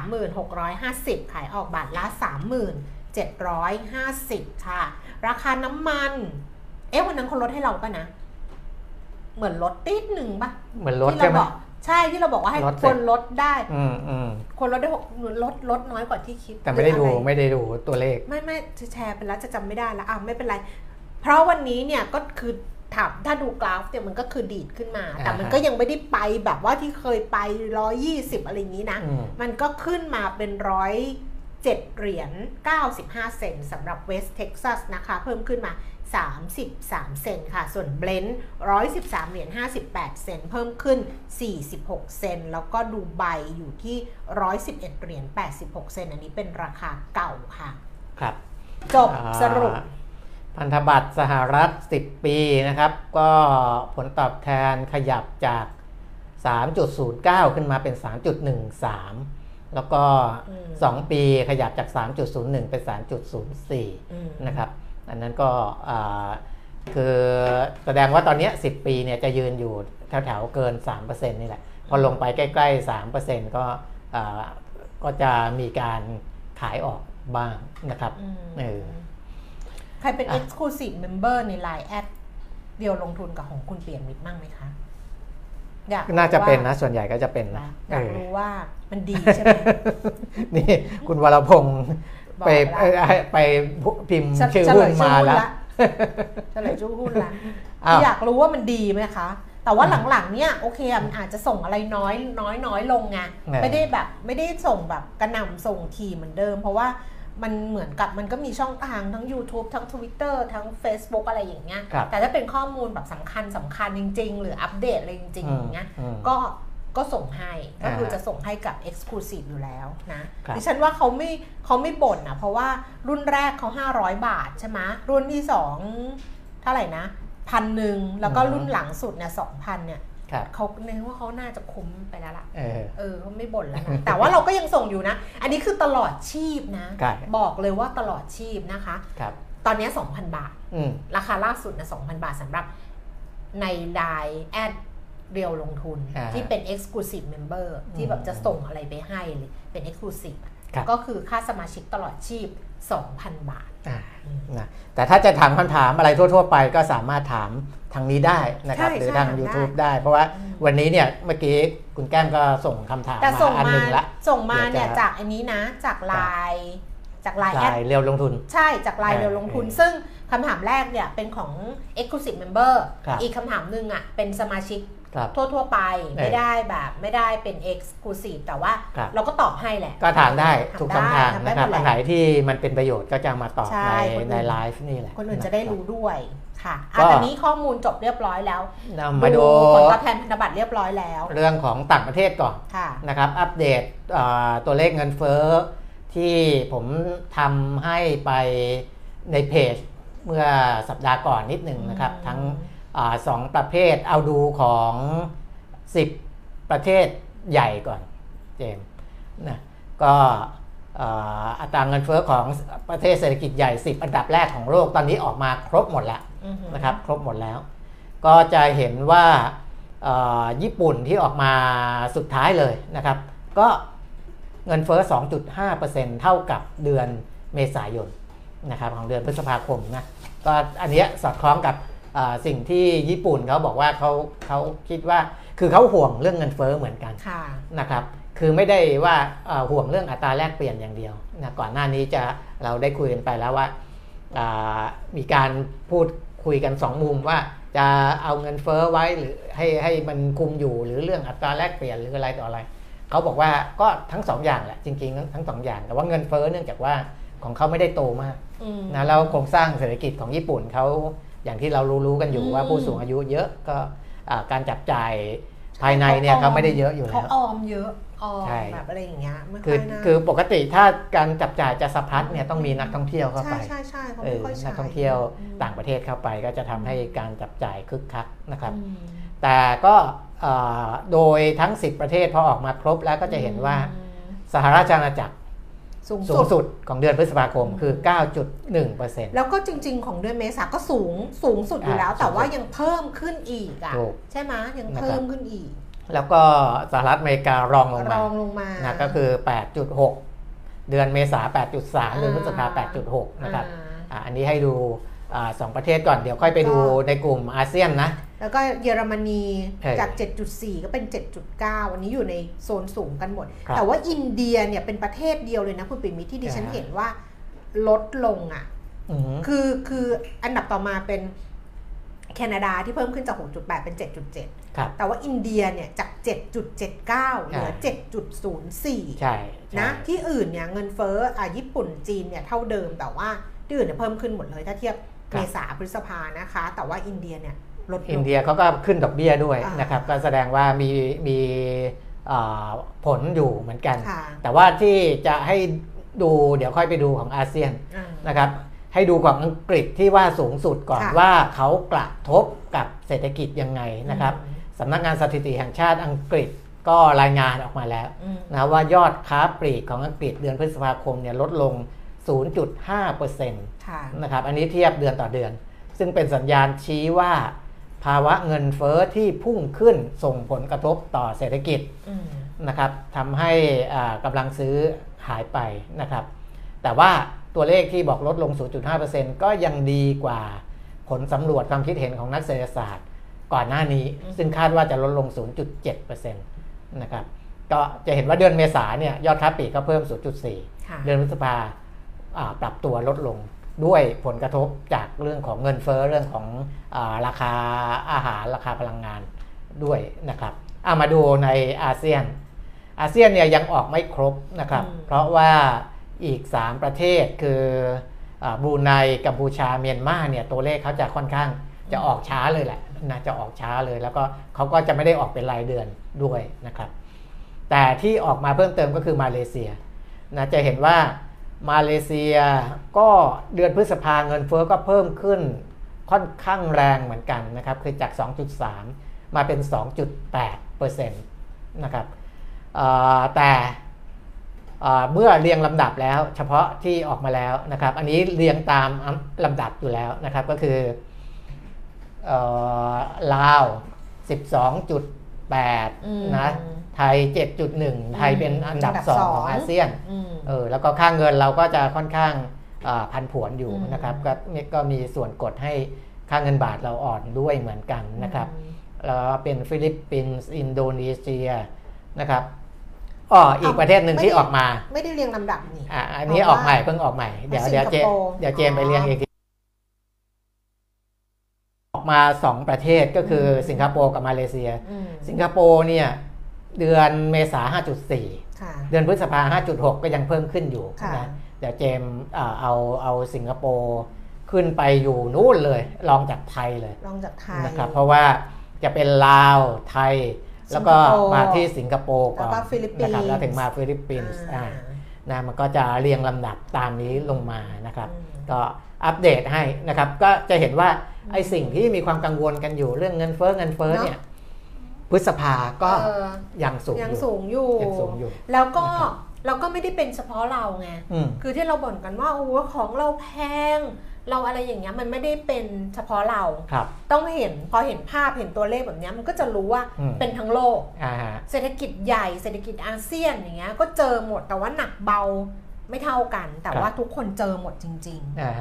36,50 ขายออกบาทละ 37,50 ค่ะราคาน้ำมันวันนั้นเขาลดให้เราป่ะนะเหมือนลดติดหนึ่งป่ะเหมือนลดใช่ไหมใช่ที่เราบอกว่าให้คนลดได้คนลดได้ลดน้อยกว่าที่คิดแต่ไม่ได้ดูตัวเลขไม่แชร์ไปแล้วจะจำไม่ได้แล้วไม่เป็นไรเพราะวันนี้เนี่ยก็คือถ้าดูกราฟเนี่ยมันก็คือดีดขึ้นมาแต่มันก็ยังไม่ได้ไปแบบว่าที่เคยไป120อะไรอย่างนี้นะมันก็ขึ้นมาเป็น107 เหรียญ95 เซนต์สำหรับเวสต์เท็กซัสนะคะเพิ่มขึ้นมา33 เซนต์ค่ะส่วนเบลนด์113 เหรียญ58 เซนต์เพิ่มขึ้น46 เซนต์แล้วก็ดูไบอยู่ที่111 เหรียญ86 เซนต์อันนี้เป็นราคาเก่าค่ะครับจบสรุปพันธบัตรสหรัฐ10 ปีนะครับก็ผลตอบแทนขยับจาก 3.09 ขึ้นมาเป็น 3.13 แล้วก็2 ปีขยับจาก 3.01 เป็น 3.04 นะครับอันนั้นก็คือแสดงว่าตอนนี้10 ปีเนี่ยจะยืนอยู่แถวๆเกิน 3% นี่แหละพอลงไปใกล้ๆ 3% ก็จะมีการขายออกบ้างนะครับใครเป็น Exclusive Member ใน Line แอดเดียวลงทุนกับของคุณเปลี่ยนมิตรบ้างไหมคะน่าจะเป็นนะส่วนใหญ่ก็จะเป็นนะอยากรู้ว่ามันดีใช่ไหมนี่คุณวรพงษ์ไปพิมพ์ชื่อหุ้นมาแล้วเฉลยชื่อหุ้นละอยากรู้ว่ามันดีไหมคะแต่ว่าหลังๆเนี่ยโอเคมันอาจจะส่งอะไรน้อยลงไงไม่ได้ส่งแบบกระหน่ำส่งทีเหมือนเดิมเพราะว่ามันเหมือนกับมันก็มีช่องทางทั้ง YouTube ทั้ง Twitter ทั้ง Facebook อะไรอย่างเงี้ยแต่ถ้าเป็นข้อมูลแบบสำคัญจริงๆหรืออัปเดตอะไรจริงๆอย่างเงี้ยก็ส่งให้ก็คือจะส่งให้กับ Exclusive อยู่แล้วนะดิฉันว่าเขาไม่บ่นนะเพราะว่ารุ่นแรกเขา500 บาทใช่ไหมรุ่นที่2เท่าไหร่นะ 1,000 แล้วก็รุ่นหลังสุดเนี่ย 2,000 เนี่ยเขาเน้นว่าเขาน่าจะคุ้มไปแล้วล่ะเขาไม่บ่นแล้วนะแต่ว่าเราก็ยังส่งอยู่นะอันนี้คือตลอดชีพนะบอกเลยว่าตลอดชีพนะคะตอนนี้ 2,000 บาทราคาล่าสุดนะ 2,000 บาทสำหรับใน Line แอดเรียวลงทุนที่เป็น Exclusive Member ที่แบบจะส่งอะไรไปให้เป็น Exclusive ก็คือค่าสมาชิกตลอดชีพ 2,000 บาทนะแต่ถ้าจะถามคำถามอะไรทั่วๆไปก็สามารถถามทางนี้ได้นะครับหรือทาง YouTube ได้เพราะว่าวันนี้เนี่ยเมื่อกี้คุณแก้มก็ส่งคำถามมาอันนึงละส่งมาเนี่ยจากอันนี้นะจากไลน์แอดเรียวลงทุนใช่จากไลน์เรียวลงทุนซึ่งคำถามแรกเนี่ยเป็นของ Exclusive Member อีกคำถามนึงอ่ะเป็นสมาชิกทั่วไปไม่ได้เป็น Exclusive แต่ว่าเราก็ตอบให้แหละก็ถามได้ทุกช่องทางนะครับอันไหนที่มันเป็นประโยชน์ก็จะมาตอบในไลฟ์นี่แหละคนอื่นจะได้รู้ด้วยค่ะตอนนี้ข้อมูลจบเรียบร้อยแล้วมาดูผลตอบแทนพันธบัตรเรียบร้อยแล้วเรื่องของต่างประเทศก่อนนะครับอัปเดตตัวเลขเงินเฟ้อที่ผมทำให้ไปในเพจเมื่อสัปดาห์ก่อนนิดหนึ่งนะครับทั้ง2 ประเภทเอาดูของ10 ประเทศใหญ่ก่อนเจมส์นะก็อัตราเงินเฟ้อของประเทศเศรษฐกิจใหญ่10 อันดับแรกของโลกตอนนี้ออกมาครบหมดแล้วนะครับครบหมดแล้วก็จะเห็นว่าญี่ปุ่นที่ออกมาสุดท้ายเลยนะครับก็เงินเฟ้อ 2.5% เท่ากับเดือนเมษายนนะครับของเดือนพฤษภาคมนะก็อันนี้สอดคล้องกับสิ่งที่ญี่ปุ่นเขาบอกว่าเขาคิดว่าคือเขาห่วงเรื่องเงินเฟ้อเหมือนกันนะครับคือไม่ได้ว่าห่วงเรื่องอัตราแลกเปลี่ยนอย่างเดียวนะก่อนหน้านี้เราได้คุยกันไปแล้วว่ามีการพูดคุยกัน2 มุมว่าจะเอาเงินเฟ้อไว้หรือให้มันคุมอยู่หรือเรื่องอัตราแลกเปลี่ยนหรืออะไรต่ออะไรเขาบอกว่าก็ทั้ง2 อย่างแหละจริงๆทั้ง2 อย่างแต่ว่าเงินเฟ้อเนื่องจากว่าของเขาไม่ได้โตมากนะแล้วโครงสร้างเศรษฐกิจของญี่ปุ่นเขาอย่างที่เรารู้กันอยู่ว่าผู้สูงอายุเยอะก็การจับจ่ายภายในเนี่ยเขาไม่ได้เยอะอยู่แล้วเขาออมเยอะออมแบบอะไรอย่างเงี้ยไม่ค่อยน่าคือปกติถ้าการจับจ่ายจะสะพัดเนี่ยต้องมีนักท่องเที่ยวเข้าไปใช่เขาไม่ค่อยใช้นักท่องเที่ยวต่างประเทศเข้าไปก็จะทำให้การจับจ่ายคึกคักนะครับแต่ก็โดยทั้ง10 ประเทศพอออกมาครบแล้วก็จะเห็นว่าสหราชอาณาจักรสูงสุดของเดือนพฤษภาคมคือ 9.1% แล้วก็จริงๆของเดือนเมษาก็สูงสุดอยู่แล้วแต่ว่ายังเพิ่มขึ้นอีกอ่ะใช่ไหมยังเพิ่มขึ้นอีกแล้วก็สหรัฐอเมริการองลงมานะก็คือ 8.6 เดือนเมษา 8.3 เดือนพฤษภา 8.6 นะครับอันนี้ให้ดู 2 ประเทศก่อนเดี๋ยวค่อยไปดูในกลุ่มอาเซียนนะแล้วก็เยอรมนีจาก 7.4 ก็เป็น 7.9 อันนี้อยู่ในโซนสูงกันหมดแต่ว่าอินเดียเนี่ยเป็นประเทศเดียวเลยนะคุณปิ่มมิตรที่ดิฉันเห็นว่าลดลงอ่ะคืออันดับต่อมาเป็นแคนาดาที่เพิ่มขึ้นจาก 6.8 เป็น 7.7 แต่ว่าอินเดียเนี่ยจาก 7.79 เหลือ 7.04 ใช่นะที่อื่นเนี่ยเงินเฟ้อญี่ปุ่นจีนเนี่ยเท่าเดิมแต่ว่าที่อื่นเนี่ยเพิ่มขึ้นหมดเลยถ้าเทียบเมษาพฤษภานะคะแต่ว่าอินเดียเนี่ยลดลงอินเดียเขาก็ขึ้นดอกเบี้ยด้วยนะครับก็แสดงว่ามีผลอยู่เหมือนกันแต่ว่าที่จะให้ดูเดี๋ยวค่อยไปดูของอาเซียนนะครับให้ดูของอังกฤษที่ว่าสูงสุดก่อนว่าเขากระทบกับเศรษฐกิจยังไงนะครับสำนักงานสถิติแห่งชาติอังกฤษก็รายงานออกมาแล้วนะว่ายอดค้าปลีกของอังกฤษเดือนพฤษภาคมเนี่ยลดลง 0.5% นะครับอันนี้เทียบเดือนต่อเดือนซึ่งเป็นสัญญาณชี้ว่าภาวะเงินเฟ้อที่พุ่งขึ้นส่งผลกระทบต่อเศรษฐกิจนะครับทำให้กำลังซื้อหายไปนะครับแต่ว่าตัวเลขที่บอกลดลง 0.5% ก็ยังดีกว่าผลสำรวจความคิดเห็นของนักเศรษฐศาสตร์ก่อนหน้านี้ซึ่งคาดว่าจะลดลง 0.7% นะครับก็จะเห็นว่าเดือนเมษาเนี่ยยอดค้าปลีกก็เพิ่ม 0.4 เดือนพฤษภาปรับตัวลดลงด้วยผลกระทบจากเรื่องของเงินเฟ้อเรื่องของราคาอาหารราคาพลังงานด้วยนะครับมาดูในอาเซียนเนี่ยยังออกไม่ครบนะครับเพราะว่าอีก3ประเทศคือบรูไนกัมพูชาเมียนมาเนี่ยตัวเลขเขาจะค่อนข้างจะออกช้าเลยแหละนะจะออกช้าเลยแล้วก็เขาก็จะไม่ได้ออกเป็นรายเดือนด้วยนะครับแต่ที่ออกมาเพิ่มเติมก็คือมาเลเซียนะจะเห็นว่ามาเลเซียก็เดือนพฤษภาเงินเฟ้อก็เพิ่มขึ้นค่อนข้างแรงเหมือนกันนะครับคือจาก 2.3 มาเป็น 2.8% นะครับแต่เมื่อเรียงลำดับแล้วเฉพาะที่ออกมาแล้วนะครับอันนี้เรียงตามลำดับอยู่แล้วนะครับก็คือลาว 12.8 นะไทย 7.1 ไทยเป็นอันดับ2ของอาเซียนแล้วก็ค่าเงินเราก็จะค่อนข้างผันผวนอยู่นะครับก็มีส่วนกดให้ค่าเงินบาทเราอ่อนด้วยเหมือนกันนะครับแล้วเป็นฟิลิปปินส์อินโดนีเซียนะครับอีกประเทศหนึ่งที่ออกมาไม่ได้เรียงลำดับนี่อันนี้ออกใหม่เพิ่งออกใหม่เดี๋ยวเจมไปเรียงอีกทีออกมา2ประเทศก็คือสิงคโปร์กับมาเลเซียสิงคโปร์เนี่ยเดือนเมษา 5.4 เดือนพฤษภา 5.6 ก็ยังเพิ่มขึ้นอยู่นะเดี๋ยวเจมเอาสิงคโปร์ขึ้นไปอยู่นู่นเลยรองจากไทยเลยนะครับเพราะว่าจะเป็นลาวไทยแล้วก็มาที่สิงคโปร์ก่อนนะครับแล้วถึงมาฟิลิปปินส์นะมันก็จะเรียงลำดับตามนี้ลงมานะครับก็อัปเดตให้นะครับก็จะเห็นว่าไอ้สิ่งที่มีความกังวลกันอยู่เรื่องเงินเฟ้อเนี่ยพฤษภาก็ยังสูงอยู่แล้วก็ไม่ได้เป็นเฉพาะเราไงคือที่เราบ่นกันว่าโอ้ของเราแพงเราอะไรอย่างเงี้ยมันไม่ได้เป็นเฉพาะเราต้องเห็นพอเห็นภาพเห็นตัวเลขแบบนี้มันก็จะรู้ว่าเป็นทั้งโลกเศรษฐกิจใหญ่เศรษฐกิจอาเซียนอย่างเงี้ยก็เจอหมดแต่ว่าหนักเบาไม่เท่ากันแต่ว่าทุกคนเจอหมดจริง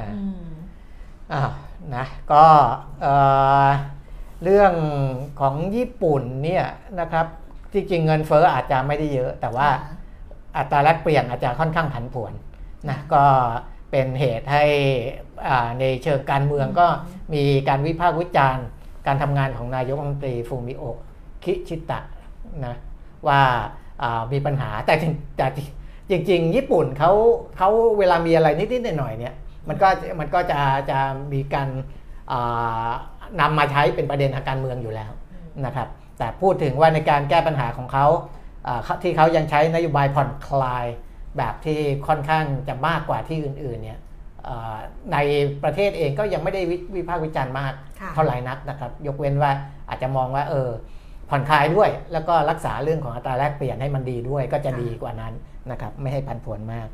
ๆนะก็เรื่องของญี่ปุ่นเนี่ยนะครับจริงๆเงินเฟ้ออาจจะไม่ได้เยอะแต่ว่าอัตราแลกเปลี่ยนอาจจะค่อนข้างผันผวนนะก็เป็นเหตุให้ในเชิงการเมืองก็มีการวิพากษ์วิจารณ์การทำงานของนายกรัฐมนตรีฟูมิโอะคิชิตะนะว่ามีปัญหาแต่จริงๆญี่ปุ่นเขาเวลามีอะไรนิดๆหน่อยๆเนี่ยมันก็จะมีการนำมาใช้เป็นประเด็นทางการเมืองอยู่แล้วนะครับแต่พูดถึงว่าในการแก้ปัญหาของเขาที่เขายังใช้นโยบายผ่อนคลายแบบที่ค่อนข้างจะมากกว่าที่อื่นๆเนี่ยในประเทศเองก็ยังไม่ได้วิพากษ์วิจารณ์มากเท่าไหร่นักนะครับยกเว้นว่าอาจจะมองว่าผ่อนคลายด้วยแล้วก็รักษาเรื่องของอัตราแลกเปลี่ยนให้มันดีด้วยก็จะดีกว่านั้นนะครับไม่ให้ผันผวนมาก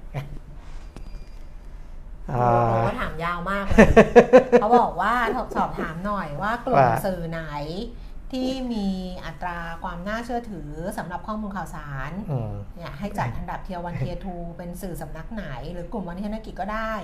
ผมก็ถามยาวมากเลยเขาบอกว่าสอบถามหน่อยว่ากลุ่มสื่อไหนที่มีอัตราความน่าเชื่อถือสำหรับข้อมูลข่าวสารเนี่ยให้จัดอันดับเทียร์1 เทียร์2เป็นสื่อสำนักไหนหรือกลุ่มวันเทนกิจก็ได้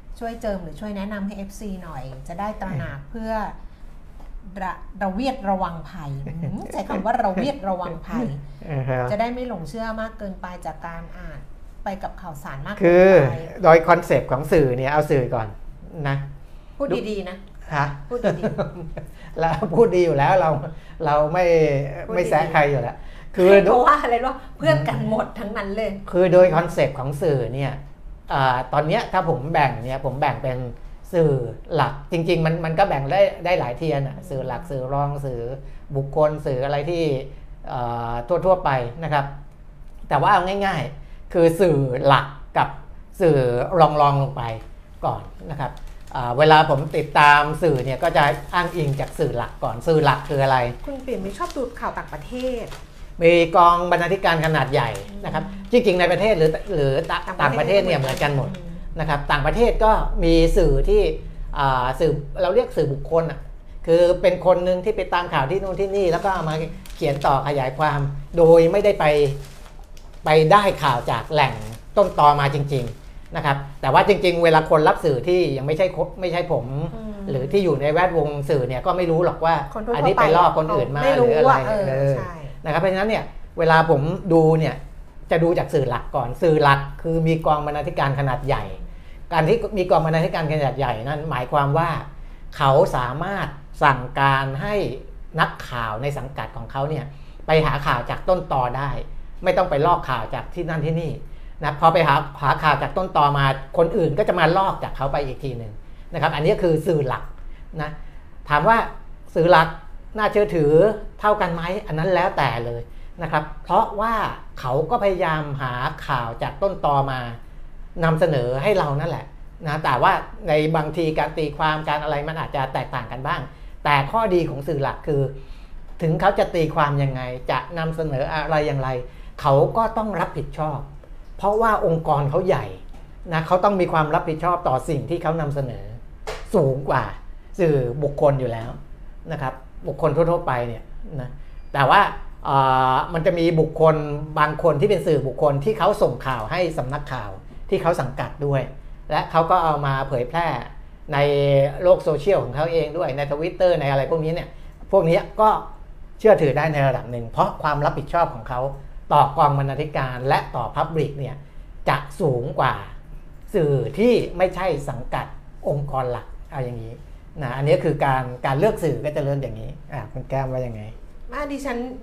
ช่วยเจิมหรือช่วยแนะนำให้ FC หน่อยจะได้ตระหนักเพื่อระเวียดระวังภัยใช้คำว่าระเวียดระวังภัยจะได้ไม่หลงเชื่อมากเกินไปจากการอ่านไปกับข่าวสารมากเกินไปคือโดยคอนเซปต์ของสื่อเนี่ยเอาสื่อก่อนนะพูดดีๆนะพูดดีๆแล้วพูดดีอยู่แล้วเราไม่แซะใครอยู่แล้วคือเพราะว่าอะไรวะเพื่อนกันหมดทั้งนั้นเลยคือโดยคอนเซปต์ของสื่อเนี่ยตอนนี้ถ้าผมแบ่งเป็นสื่อหลักจริงๆมันก็แบ่งได้หลายเทียนสื่อหลักสื่อรองสื่อบุคคลสื่ออะไรที่ทั่วไปนะครับแต่ว่าเอาง่ายๆคือสื่อหลักกับสื่อรองลงไปก่อนนะครับเวลาผมติดตามสื่อเนี่ยก็จะอ้างอิงจากสื่อหลักก่อนสื่อหลักคืออะไรคุณปิ่นไม่ชอบดูข่าวต่างประเทศมีกองบรรณาธิการขนาดใหญ่นะครับจริงๆในประเทศหรือต่างประเทศเนี่ยเหมือนกันหมดนะครับต่างประเทศก็มีสื่อที่สื่อเราเรียกสื่อบุคคลคือเป็นคนนึงที่ไปตามข่าวที่นู่นที่นี่แล้วก็เอามาเขียนต่อขยายความโดยไม่ได้ไปได้ข่าวจากแหล่งต้นตอมาจริงๆนะครับแต่ว่าจริงๆเวลาคนรับสื่อที่ยังไม่ใช่ผมหรือที่อยู่ในแวดวงสื่อเนี่ยก็ไม่รู้หรอกว่าอันนี้ไปลอกคนอื่นมาหรืออะไรนะครับเพราะฉะนั้นเนี่ยเวลาผมดูเนี่ยจะดูจากสื่อหลักก่อนสื่อหลักคือมีกองบรรณาธิการขนาดใหญ่การที่มีกองบรรณาธิการขนาดใหญ่นั้นหมายความว่าเขาสามารถสั่งการให้นักข่าวในสังกัดของเขาเนี่ยไปหาข่าวจากต้นตอได้ไม่ต้องไปลอกข่าวจากที่นั่นที่นี่นะพอไปหาข่าวจากต้นตอมาคนอื่นก็จะมาลอกจากเขาไปอีกทีนึงนะครับอันนี้คือสื่อหลักนะถามว่าสื่อหลักน่าเชื่อถือเท่ากันไหมอันนั้นแล้วแต่เลยนะครับเพราะว่าเขาก็พยายามหาข่าวจากต้นตอมานำเสนอให้เรานั่นแหละนะแต่ว่าในบางทีการตีความการอะไรมันอาจจะแตกต่างกันบ้างแต่ข้อดีของสื่อหลักคือถึงเขาจะตีความยังไงจะนำเสนออะไรอย่างไรเขาก็ต้องรับผิดชอบเพราะว่าองค์กรเขาใหญ่นะเขาต้องมีความรับผิดชอบต่อสิ่งที่เขานำเสนอสูงกว่าสื่อบุคคลอยู่แล้วนะครับบุคคลทั่วๆไปเนี่ยนะแต่ว่ามันจะมีบุคคลบางคนที่เป็นสื่อบุคคลที่เขาส่งข่าวให้สำนักข่าวที่เขาสังกัดด้วยและเขาก็เอามาเผยแพร่ในโลกโซเชียลของเขาเองด้วยใน Twitter ในอะไรพวกนี้เนี่ยพวกนี้ก็เชื่อถือได้ในระดับหนึ่งเพราะความรับผิดชอบของเขาต่อกองบรรณาธิการและต่อ Public เนี่ยจะสูงกว่าสื่อที่ไม่ใช่สังกัดองค์กรหลักเอาอย่างนี้นะอันนี้คือการเลือกสื่อก็จะเลือกอย่างนี้คุณแก้มว่ายังไงดิ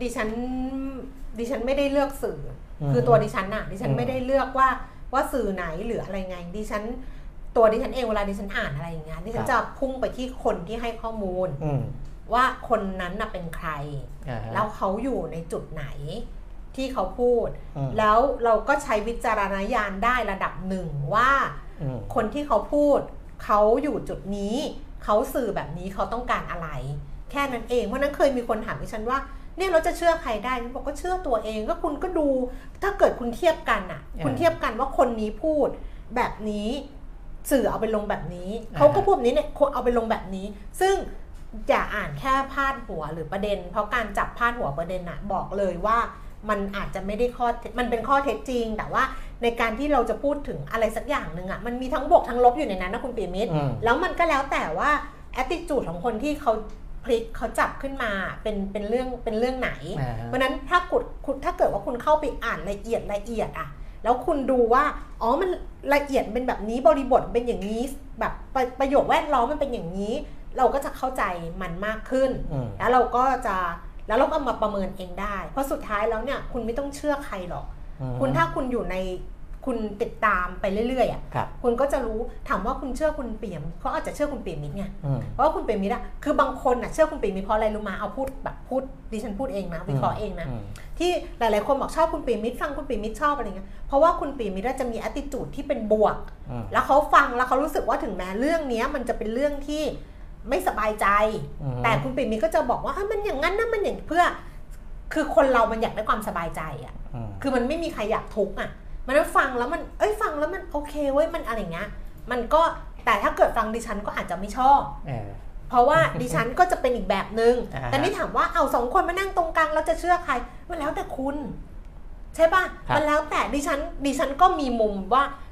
ฉันไม่ได้เลือกสื่อคือตัวดิฉันไม่ได้เลือกว่าสื่อไหนหรืออะไรไงดิฉันเองเวลาดิฉันอ่านอะไรอย่างเงี้ยดิฉันจะพุ่งไปที่คนที่ให้ข้อมูลว่าคนนั้นเป็นใครแล้วเขาอยู่ในจุดไหนที่เขาพูดแล้วเราก็ใช้วิจารณญาณได้ระดับหนึ่งว่าคนที่เขาพูดเขาอยู่จุดนี้เขาสื่อแบบนี้เขาต้องการอะไรแค่นั้นเองเพราะนั้นเคยมีคนถามดิฉันว่าเนี่ยเราจะเชื่อใครได้ฉันบอกก็เชื่อตัวเองก็คุณก็ดูถ้าเกิดคุณเทียบกันคุณเทียบกันว่าคนนี้พูดแบบนี้สื่อเอาไปลงแบบนี้เขาก็พูดแบบนี้เนี่ยเอาไปลงแบบนี้ซึ่งอย่าอ่านแค่พาดหัวหรือประเด็นเพราะการจับพาดหัวประเด็นบอกเลยว่ามันอาจจะไม่ได้มันเป็นข้อเท็จจริงแต่ว่าในการที่เราจะพูดถึงอะไรสักอย่างนึงมันมีทั้งบวกทั้งลบอยู่ในนั้นนะคุณปิยมิตรแล้วมันก็แล้วแต่ว่า attitude ของคนที่เขาจับขึ้นมาเป็นเรื่องไหนเพราะนั้นถ้าเกิดว่าคุณเข้าไปอ่านละเอียดแล้วคุณดูว่ามันละเอียดเป็นแบบนี้บริบทเป็นอย่างนี้แบบประโยคแวดล้อมมันเป็นอย่างนี้เราก็จะเข้าใจมันมากขึ้นแล้วเราก็เอามาประเมินเองได้เพราะสุดท้ายแล้วเนี่ยคุณไม่ต้องเชื่อใครหรอกถ้าคุณอยู่ในคุณติดตามไปเรื่อยๆคุณก็จะรู้ถามว่าคุณเชื่อคุณเปี่ยมเขาอาจจะเชื่อคุณเปี่ยมมิตรไงเพราะว่าคุณเปี่ยมมิตรคือบางคนเชื่อคุณเปี่ยมมิตรเพราะอะไรรู้มาเอาพูดดิฉันพูดเองนะวิเคราะห์เองนะที่หลายๆคนบอกชอบคุณเปี่ยมมิตรฟังคุณเปี่ยมมิตรชอบอะไรเงี้ยเพราะว่าคุณเปี่ยมมิตรจะมี attitude ที่เป็นบวกแล้วเขาฟังแล้วเขารู้สึกว่าถึงแม้เรื่องนี้มันจะเป็นเรื่องที่ไม่สบายใจแต่คุณเปี่ยมมิตรก็จะบอกว่ามันอย่างนั้นนะมันอย่างเพื่อคือคนเรามันอยากได้ความสบายใจคือมันไม่มีใครอยากทุกข์มันฟังแล้วมันฟังแล้วมันโอเคเว้ยมันอะไรเงี้ยมันก็แต่ถ้าเกิดฟังดิฉันก็อาจจะไม่ชอบเพราะว่าดิฉันก็จะเป็นอีกแบบนึงแต่นี่ถามว่าเอาสองคนมานั่งตรงกลางเราจะเชื่อใครมันแล้วแต่คุณใช่ป่ะมันแล้วแต่ดิฉันก็มีมุมว่า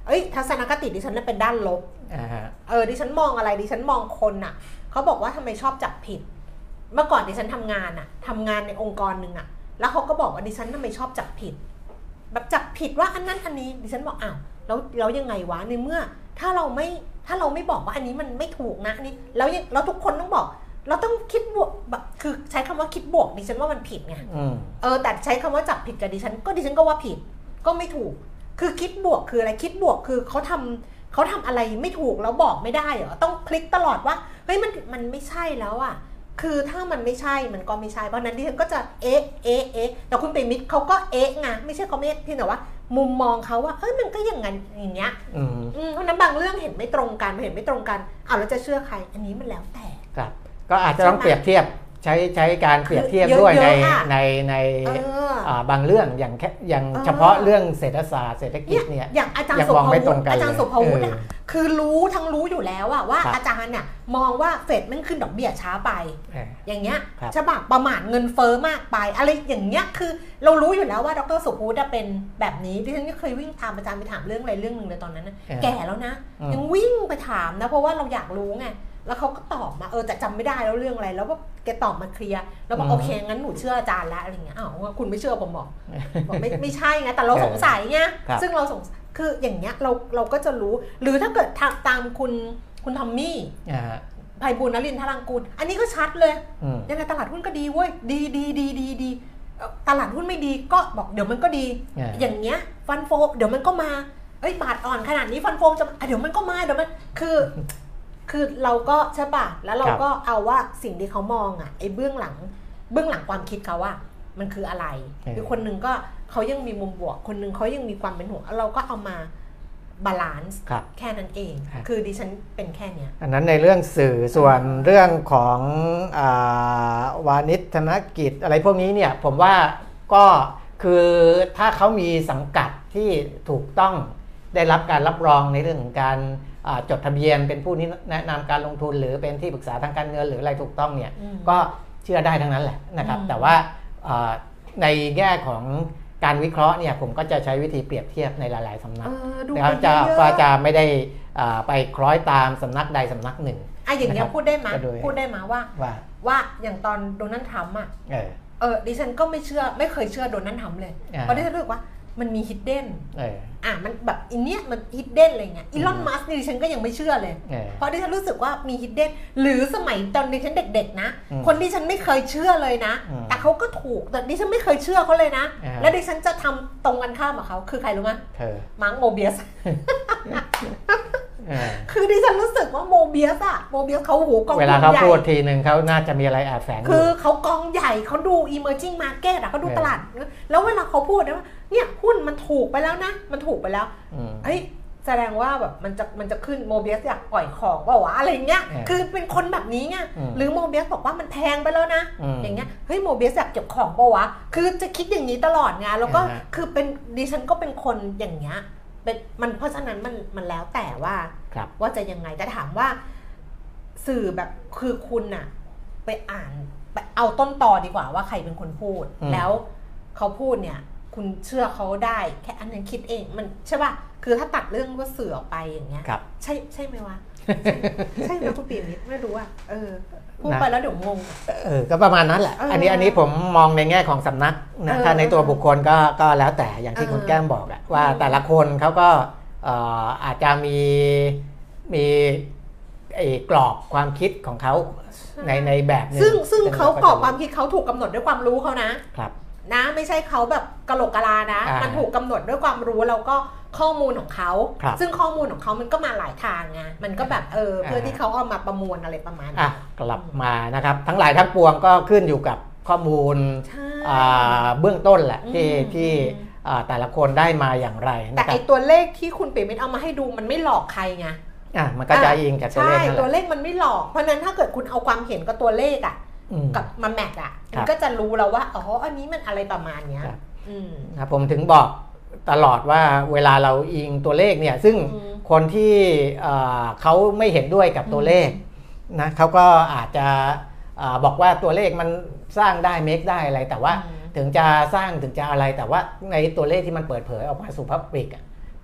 ทัศนคติดิฉันเป็นด้านลบดิฉันมองอะไรดิฉันมองคนอ่ะเขาบอกว่าทำไมชอบจับผิดเมื่อก่อนดิฉันทำงานในองค์กรหนึ่งอ่ะแล้วเขาก็บอกว่าดิฉันทำไมชอบจับผิดแบบจับผิดว่าอันนั้นอันนี้ดิฉันบอกอ้าวแล้วยังไงวะในเมื่อถ้าเราไม่บอกว่าอันนี้มันไม่ถูกนะนี่แล้วทุกคนต้องบอกเราต้องคิดบวกแบบคือใช้คำว่าคิดบวกดิฉันว่ามันผิดไงแต่ใช้คำว่าจับผิดกับดิฉันก็ว่าผิดก็ไม่ถูกคือคิดบวกคืออะไรคิดบวกคือเขาทำอะไรไม่ถูกแล้วบอกไม่ได้เหรอต้องคลิกตลอดว่าเฮ้ยมันไม่ใช่แล้วอ่ะคือถ้ามันไม่ใช่มันก็ไม่ใช่เพราะนั้นดิฉันก็จะแต่คุณปิมิตรเขาก็ไงไม่ใช่เขาไม่เพียงแต่ว่ามุมมองเขาว่ามันก็อย่างนั้นอย่างเงี้ยเพราะนั้นบางเรื่องเห็นไม่ตรงกันเราจะเชื่อใครอันนี้มันแล้วแต่ครับก็อาจจะต้องเปรียบเทียบใช้การเปรียบเทียบด้วยในบางเรื่องอย่างเฉพาะเรื่องเศรษฐศาสตร์เศรษฐกิจเนี่ยอย่างอาจารย์สุภวุฒิคือรู้อยู่แล้วว่าอาจารย์เนี่ยมองว่าเฟดมันขึ้นดอกเบี้ยช้าไปอย่างเงี้ยฉบับประมาทเงินเฟ้อมากไปอะไรอย่างเงี้ยคือเรารู้อยู่แล้วว่าดร.สุภวุฒิเป็นแบบนี้ดิฉันก็เคยวิ่งตามอาจารย์ไปถามเรื่องอะไรเรื่องนึงเลยตอนนั้นแก่แล้วนะยังวิ่งไปถามนะเพราะว่าเราอยากรู้ไงแล้วเขาก็ตอบมาแต่จำไม่ได้แล้วเรื่องอะไรแล้วก็แกตอบมาเคลียร์แล้วบอกโอเคงั้นหนูเชื่ออาจารย์แล้วอะไรเงี้ยคุณไม่เชื่อผมบอกไม่ใช่ไงแต่เราสงสัยไงซึ่งเราสงคืออย่างเงี้ยเราก็จะรู้หรือถ้าเกิดตามคุณทอมมี่ไพบูลย์นฤมลธารังกูลอันนี้ก็ชัดเลยยังไงตลาดหุ้นก็ดีเว้ยดีตลาดหุ้นไม่ดีก็บอกเดี๋ยวมันก็ดีอย่างเงี้ยฟันโฟเดี๋ยวมันก็มาบาทอ่อนขนาดนี้ฟันโฟจะเดี๋ยวมันก็มาเดี๋ยวมันคือเราก็ใช่ป่ะแล้วเราก็เอาว่าสิ่งที่เขามองเบื้องหลังความคิดเขามันคืออะไรคือคนนึงก็เขายังมีมุมบวกคนนึงเขายังมีความเป็นห่วงเราก็เอามาบาลานซ์แค่นั้นเองคือดิฉันเป็นแค่เนี้ยอันนั้นในเรื่องสื่อส่วนเรื่องของวานิชธนกิจอะไรพวกนี้เนี่ยผมว่าก็คือถ้าเขามีสังกัดที่ถูกต้องได้รับการรับรองในเรื่องของการจดทะเบียนเป็นผู้แนะนำการลงทุนหรือเป็นที่ปรึกษาทางการเงินหรืออะไรถูกต้องเนี่ยก็เชื่อได้ทั้งนั้นแหละนะครับแต่ว่าในแง่ของการวิเคราะห์เนี่ยผมก็จะใช้วิธีเปรียบเทียบในหลายๆสำนักแล้วจะไม่ได้ไปคล้อยตามสำนักใดสำนักหนึ่งอย่างเงี้ยพูดได้ไหมว่าอย่างตอนโดนัลด์ทรัมป์ดิฉันก็ไม่เคยเชื่อโดนัลด์ทรัมป์เลยเพราะดิฉันรู้สึกว่ามันมีฮิดเด้นมันแบบอันเนี้ยมันฮิดเด้นอะไรเงี้ยอีลอนมัสก์นี่ดิฉันก็ยังไม่เชื่อเลยเพราะดิฉันรู้สึกว่ามีฮิดเด้นหรือสมัยตอนดิฉันเด็กๆนะคนที่ฉันไม่เคยเชื่อเลยนะแต่เขาก็ถูกแต่ดิฉันไม่เคยเชื่อเขาเลยนะแล้วดิฉันจะทำตรงกันข้ามกับเขาคือใครรู้ไหมมาร์คโมเบียสคือดิฉันรู้สึกว่าโมเบียสเขาหูกองใหญ่เวลาเขาพูดทีนึงเขาน่าจะมีอะไรแอบแฝงคือเขากองใหญ่เขาดู emerging market เขาดูตลาดแล้วเวลาเขาพูดว่าเนี่ยหุ้นมันถูกไปแล้วนะมันถูกไปแล้วแสดงว่าแบบมันจะขึ้นโมเบียสอยากปล่อยของว่าวะอะไรเงี้ยคือเป็นคนแบบนี้ไงหรือโมเบียสบอกว่ามันแพงไปแล้วนะอย่างเงี้ยเฮ้ยโมเบียสอยากเก็บของป่าวะคือจะคิดอย่างนี้ตลอดไงแล้วก็คือเป็นดิฉันก็เป็นคนอย่างเงี้ยมันเพราะฉะนั้นมันแล้วแต่ว่าจะยังไงแต่ถามว่าสื่อแบบคือคุณน่ะไปอ่านไปเอาต้นตอดีกว่าว่าใครเป็นคนพูดแล้วเขาพูดเนี่ยคุณเชื่อเขาได้แค่อันนั้นคิดเองมันใช่ป่ะคือถ้าตัดเรื่องว่าสื่อออกไปอย่างเงี้ยใช่ไหมวะใช่ไหมคุณปีนิดไม่รู้พูดไปแล้วเดี๋ยวงงก็ประมาณนั้นแหละอันนี้ผมมองในแง่ของสำนักนะถ้าในตัวบุคคลก็แล้วแต่อย่างที่คุณแก้มบอกว่าแต่ละคนเขาก็อาจจะมีกรอบความคิดของเขาในแบบนึงซึ่งเขากรอบความคิดเขาถูกกำหนดด้วยความรู้เขานะครับนะไม่ใช่เขาแบบกะโหลกกะลานะมันถูกกำหนดด้วยความรู้แล้วก็ข้อมูลของเขาซึ่งข้อมูลของเขามันก็มาหลายทางไงมันก็แบบเพื่อที่เขาเอามาประมวลอะไรประมาณนี้กลับมานะครับทั้งหลายทั้งปวงก็ขึ้นอยู่กับข้อมูลเบื้องต้นแหละที่แต่ละคนได้มาอย่างไรแต่ไอตัวเลขที่คุณปิ่มเอามาให้ดูมันไม่หลอกใครไงมันก็จะอิงกับตัวเลขนั่นแหละใช่ตัวเลขมันไม่หลอกเพราะนั้นถ้าเกิดคุณเอาความเห็นกับตัวเลขกับมาแมทมันก็จะรู้แล้วว่าอันนี้มันอะไรประมาณเนี้ยผมถึงบอกตลอดว่าเวลาเราอิงตัวเลขเนี่ยซึ่งคนที่เขาไม่เห็นด้วยกับตัวเลขนะเขาก็อาจจะบอกว่าตัวเลขมันสร้างได้เมคได้อะไรแต่ว่าถึงจะสร้างถึงจะอะไรแต่ว่าในตัวเลขที่มันเปิดเผยออกมาสู่พับลิก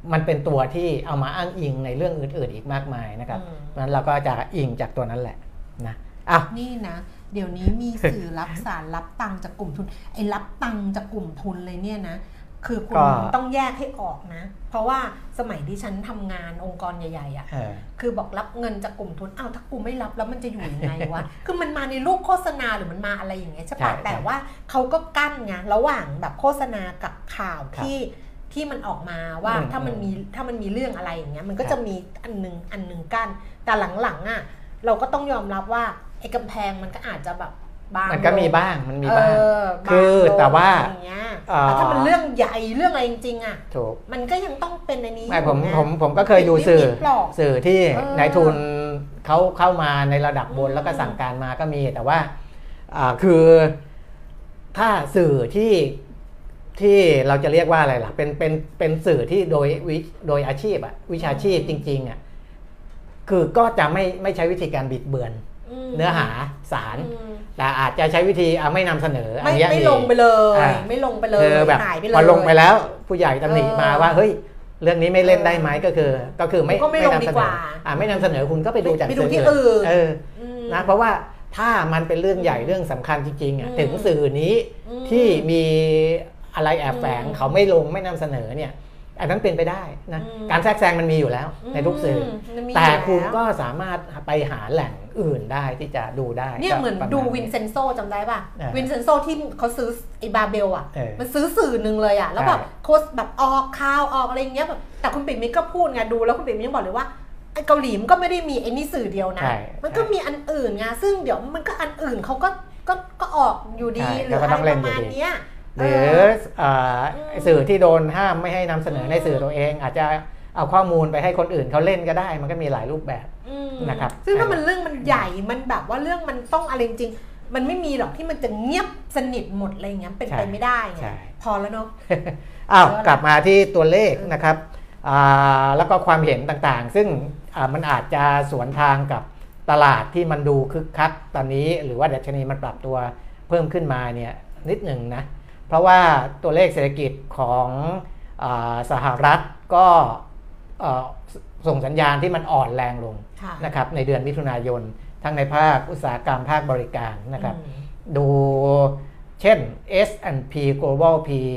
มันเป็นตัวที่เอามาอ้างอิงในเรื่องอื่นๆอีกมากมายนะครับเพราะฉะนั้นเราก็จะอิงจากตัวนั้นแหละนะนี่นะเดี๋ยวนี้มีสื่อรับสารรับตังจากกลุ่มทุนไอ้รับตังจากกลุ่มทุนเลยเนี่ยนะคือคุณต้องแยกให้ออกนะเพราะว่าสมัยที่ฉันทำงานองค์กรใหญ่ๆอ่ะคือบอกรับเงินจากกลุ่มทุนถ้ากูไม่รับแล้วมันจะอยู่ยังไงวะ คือมันมาในรูปโฆษณาหรือมันมาอะไรอย่างเงี้ยใช่ปะแต่ว่าเขาก็กั้นไงระหว่างแบบโฆษณากับข่าวที่มันออกมาว่าถ้ามันมีเรื่องอะไรอย่างเงี้ยมันก็จะมีอันนึงกั้นแต่หลังๆอ่ะเราก็ต้องยอมรับว่าไอ้กำแพงมันก็อาจจะแบบมันก็มีบ้างคือแต่ว่าถ้ามันเรื่องใหญ่เรื่องอะไรจริงๆอ่ะมันก็ยังต้องเป็นในนี้ผมก็เคยดูสื่อที่นายทุนเขาเข้ามาในระดับบนแล้วก็สั่งการมาก็มีแต่ว่าคือถ้าสื่อที่เราจะเรียกว่าอะไรล่ะเป็นสื่อที่โดยอาชีพวิชาชีพจริงๆคือก็จะไม่ใช้วิธีการบิดเบือนเนื้อหาสารแต่อาจจะใช้วิธีไม่นำเสนอไม่ลงไปเลยไม่ลงไปเลยแบบพอลงไปแล้วผู้ใหญ่ตำหนิมาว่าเฮ้ยเรื่องนี้ไม่เล่นได้ไหมก็คือไม่นำเสนอไม่นำเสนอคุณก็ไปดูจากสื่อที่อื่นนะเพราะว่าถ้ามันเป็นเรื่องใหญ่เรื่องสำคัญจริงๆถึงสื่อนี้ที่มีอะไรแอบแฝงเขาไม่ลงไม่นำเสนอเนี่ยอันนั้นเป็นไปได้นะการแทรกแซงมันมีอยู่แล้วในทุกสื่อแต่คุณก็สามารถไปหาแหล่งอื่นได้ที่จะดูได้เนี่ยเหมือนดูวินเซนโซจำได้ป่ะวินเซนโซที่เขาซื้อไอ้บาเบลอ่ะมันซื้อสื่อหนึ่งเลยอ่ะแล้วแบบโค้ชแบบออกข่าวออกอะไรเงี้ยแบบแต่คุณปิ่มมิตรก็พูดไงดูแล้วคุณปิ่มมิตรยังบอกเลยว่าไอ้เกาหลีมันก็ไม่ได้มีไอ้นี่สื่อเดียวนะมันก็มีอันอื่นไงซึ่งเดี๋ยวมันก็อันอื่นเขาก็ออกอยู่ดีหรืออะไรประมาณเนี้ยหรือสื่อที่โดนห้ามไม่ให้นำเสนอในสื่อตัวเองอาจจะเอาข้อมูลไปให้คนอื่นเขาเล่นก็ได้มันก็มีหลายรูปแบบนะครับซึ่งถ้ามันเรื่องมันใหญ่มันแบบว่าเรื่องมันต้องอะไรจริงมันไม่มีหรอกที่มันจะเงียบสนิทหมดอะไรเงี้ยเป็นไปไม่ได้ไงพอแล้วเนาะกลับมาที่ตัวเลขนะครับแล้วก็ความเห็นต่างๆซึ่งมันอาจจะสวนทางกับตลาดที่มันดูคึกคักตอนนี้หรือว่าดัชนีมันปรับตัวเพิ่มขึ้นมาเนี่ยนิดหนึ่งนะเพราะว่าตัวเลขเศรษฐกิจของสหรัฐก็ส่งสัญญาณที่มันอ่อนแรงลงนะครับในเดือนมิถุนายนทั้งในภาคอุตสาหกรรมภาคบริการนะครับดูเช่น S&P Global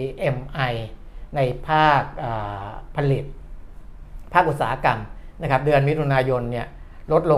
PMI ในภาคผลิตภาคอุตสาหกรรมนะครับเดือนมิถุนายนเนี่ยลดลง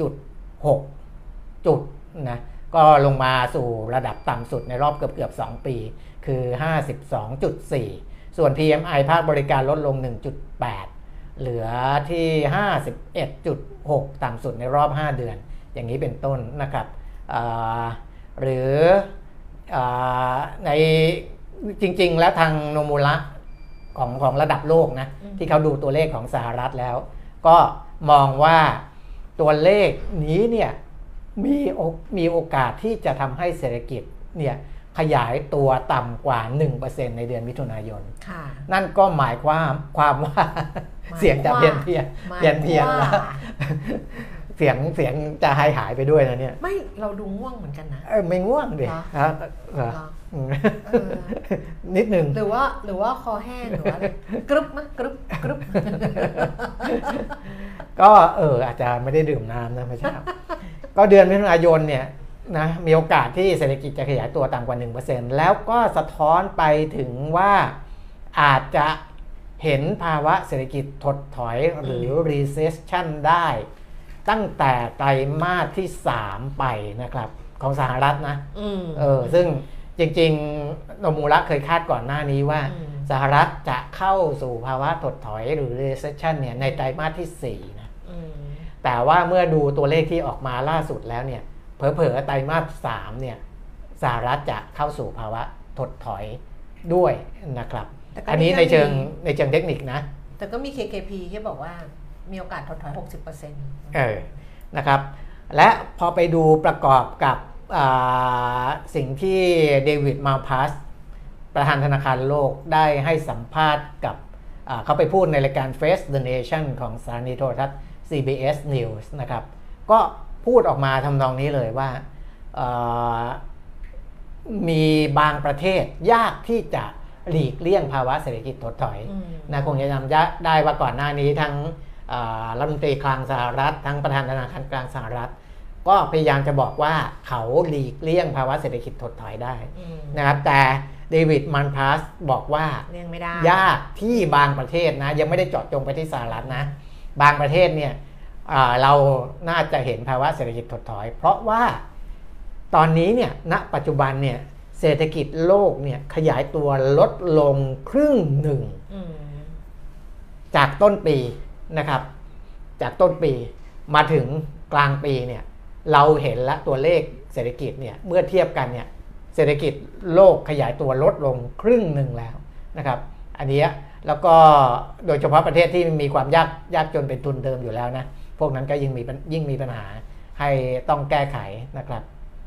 4.6 จุดนะก็ลงมาสู่ระดับต่ำสุดในรอบเกือบ2 ปีคือ 52.4 ส่วน PMI ภาคบริการลดลง 1.8 เหลือที่ 51.6 ต่ำสุดในรอบ5 เดือนอย่างนี้เป็นต้นนะครับหรือในจริงๆแล้วทางโนมูระของระดับโลกนะที่เขาดูตัวเลขของสหรัฐแล้วก็มองว่าตัวเลขนี้เนี่ยมีโอกาสที่จะทำให้เศรษฐกิจเนี่ยขยายตัวต่ำกว่า 1% ในเดือนมิถุนายนนั่นก็หมายความว่าเสียงจะเพี้ยนแล้วเสียงจะหายไปด้วยนะเนี่ยไม่เราดูง่วงเหมือนกันนะไม่ง่วงดินิดนึงหรือว่าคอแห้งหรือว่ากรึบมั้ยกรึบก็อาจจะไม่ได้ดื่มน้ำนะไม่ใช่ก็เดือนมิถุนายนเนี่ยนะมีโอกาสที่เศรษฐกิจจะขยายตัวต่ำกว่า 1% แล้วก็สะท้อนไปถึงว่าอาจจะเห็นภาวะเศรษฐกิจถดถอยหรือ recession ได้ตั้งแต่ไตรมาสที่3ไปนะครับของสหรัฐนะซึ่งจริงๆโนมูระเคยคาดก่อนหน้านี้ว่าสหรัฐจะเข้าสู่ภาวะถดถอยหรือ recession เนี่ยในไตรมาสที่4นะแต่ว่าเมื่อดูตัวเลขที่ออกมาล่าสุดแล้วเนี่ยเผลอๆไตรมาส3เนี่ยสหรัฐจะเข้าสู่ภาวะถดถอยด้วยนะครับอันนี้ในเชิงเทคนิคนะแต่ก็มี KKP ที่บอกว่ามีโอกาสถดถอย 60% นะครับและพอไปดูประกอบกับสิ่งที่เดวิดมัลพัสประธานธนาคารโลกได้ให้สัมภาษณ์กับเขาไปพูดในรายการ Face the Nation ของสถานีโทรทัศน์ CBS News นะครับก็พูดออกมาทำนองนี้เลยว่ามีบางประเทศยากที่จะหลีกเลี่ยงภาวะเศรษฐกิจถดถอยนะคงจะจำได้ว่าก่อนหน้านี้ทั้งรัฐมนตรีคลังสหรัฐทั้งประธานธนาคารกลางสหรัฐก็พยายามจะบอกว่าเขาหลีกเลี่ยงภาวะเศรษฐกิจถดถอยได้นะครับแต่เดวิดมันพลัสบอกว่าเลี่ยงไม่ได้ยากที่บางประเทศนะยังไม่ได้เจาะจงไปที่สหรัฐนะบางประเทศเนี่ยเราน่าจะเห็นภาวะเศรษฐกิจถดถอยเพราะว่าตอนนี้เนี่ยณปัจจุบันเนี่ยเศรษฐกิจโลกเนี่ยขยายตัวลดลงครึ่งหนึ่งจากต้นปีนะครับจากต้นปีมาถึงกลางปีเนี่ยเราเห็นละตัวเลขเศรษฐกิจเนี่ยเมื่อเทียบกันเนี่ยเศรษฐกิจโลกขยายตัวลดลงครึ่งหนึ่งแล้วนะครับอันนี้แล้วก็โดยเฉพาะประเทศที่มีความยากจนเป็นทุนเดิมอยู่แล้วนะพวกนั้นก็ยิ่งมีปัญหาให้ต้องแก้ไขนะครับ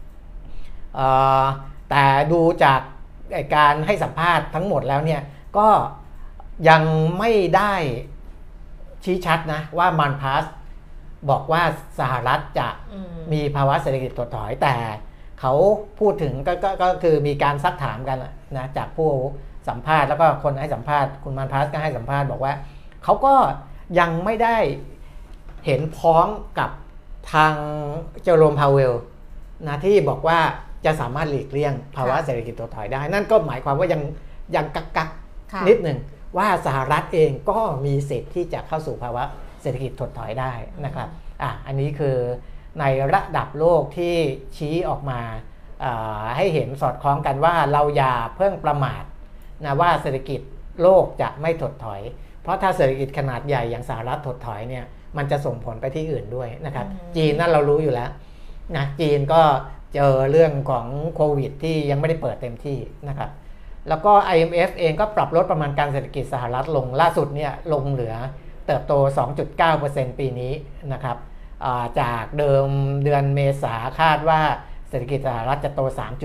แต่ดูจากการให้สัมภาษณ์ทั้งหมดแล้วเนี่ยก็ยังไม่ได้ชี้ชัดนะว่ามันพลัสบอกว่าสหรัฐจะมีภาวะเศรษฐกิจถดถอยแต่เขาพูดถึงก็คือมีการซักถามกันนะจากผู้สัมภาษณ์แล้วก็คนให้สัมภาษณ์คุณมันพลัสก็ให้สัมภาษณ์บอกว่าเขาก็ยังไม่ได้เห็นพ้องกับทางเจอโรมพาวเวลนะที่บอกว่าจะสามารถหลีกเลี่ยงภาวะเศรษฐกิจถดถอยได้นั่นก็หมายความว่ายังกักนิดหนึ่งว่าสหรัฐเองก็มีสิทธิ์ที่จะเข้าสู่ภาวะเศรษฐกิจถดถอยได้นะครับอันนี้คือในระดับโลกที่ชี้ออกมาให้เห็นสอดคล้องกันว่าเราอย่าเพิ่งประมาทนะว่าเศรษฐกิจโลกจะไม่ถดถอยเพราะถ้าเศรษฐกิจขนาดใหญ่อย่างสหรัฐถดถอยเนี่ยมันจะส่งผลไปที่อื่นด้วยนะครับจีนนั่นเรารู้อยู่แล้วนะจีนก็เจอเรื่องของโควิดที่ยังไม่ได้เปิดเต็มที่นะครับแล้วก็ IMF เองก็ปรับลดประมาณการเศรษฐกิจสหรัฐลงล่าสุดเนี่ยลงเหลือเติบโต 2.9% ปีนี้นะครับจากเดิมเดือนเมษาคาดว่าเศรษฐกิจสหรัฐจะโต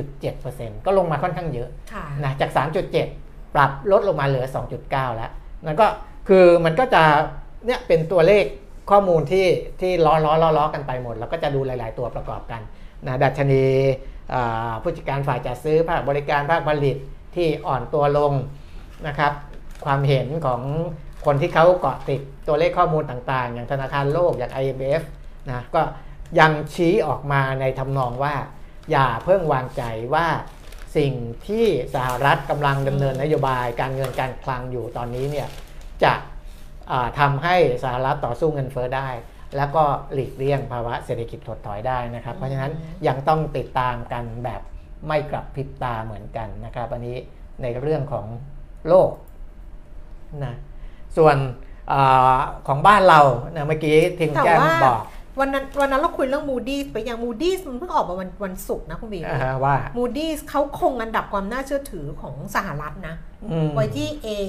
3.7% ก็ลงมาค่อนข้างเยอะนะจาก 3.7 ปรับลดลงมาเหลือ 2.9 แล้วนั่นก็คือมันก็จะเนี่ยเป็นตัวเลขข้อมูลที่ล้อกันไปหมดแล้วก็จะดูหลายๆตัวประกอบกันนะดัชนีผู้จัดการฝ่ายจัดซื้อภาคบริการภาคผลิตที่อ่อนตัวลงนะครับความเห็นของคนที่เขาเกาะติดตัวเลขข้อมูลต่างๆอย่างธนาคารโลกอย่าง IMF นะก็ยังชี้ออกมาในทำนองว่าอย่าเพิ่งวางใจว่าสิ่งที่สหรัฐกำลังดำเนินนโยบายการเงินการคลังอยู่ตอนนี้เนี่ยจะทำให้สหรัฐต่อสู้เงินเฟ้อได้แล้วก็หลีกเลี่ยงภาวะเศรษฐกิจถดถอยได้นะครับเพราะฉะนั้นยังต้องติดตามกันแบบไม่กลับพริบตาเหมือนกันนะครับอันนี้ในเรื่องของโลกนะส่วนของบ้านเรานะเมื่อกี้ทีมแก้มบอกวันนั้นเราคุยเรื่อง Moody's ไปอย่าง Moody's มันเพิ่งออกมาวันศุกร์นะคุณบีว่า Moody's เขาคงอันดับความน่าเชื่อถือของสหรัฐนะไว้ที่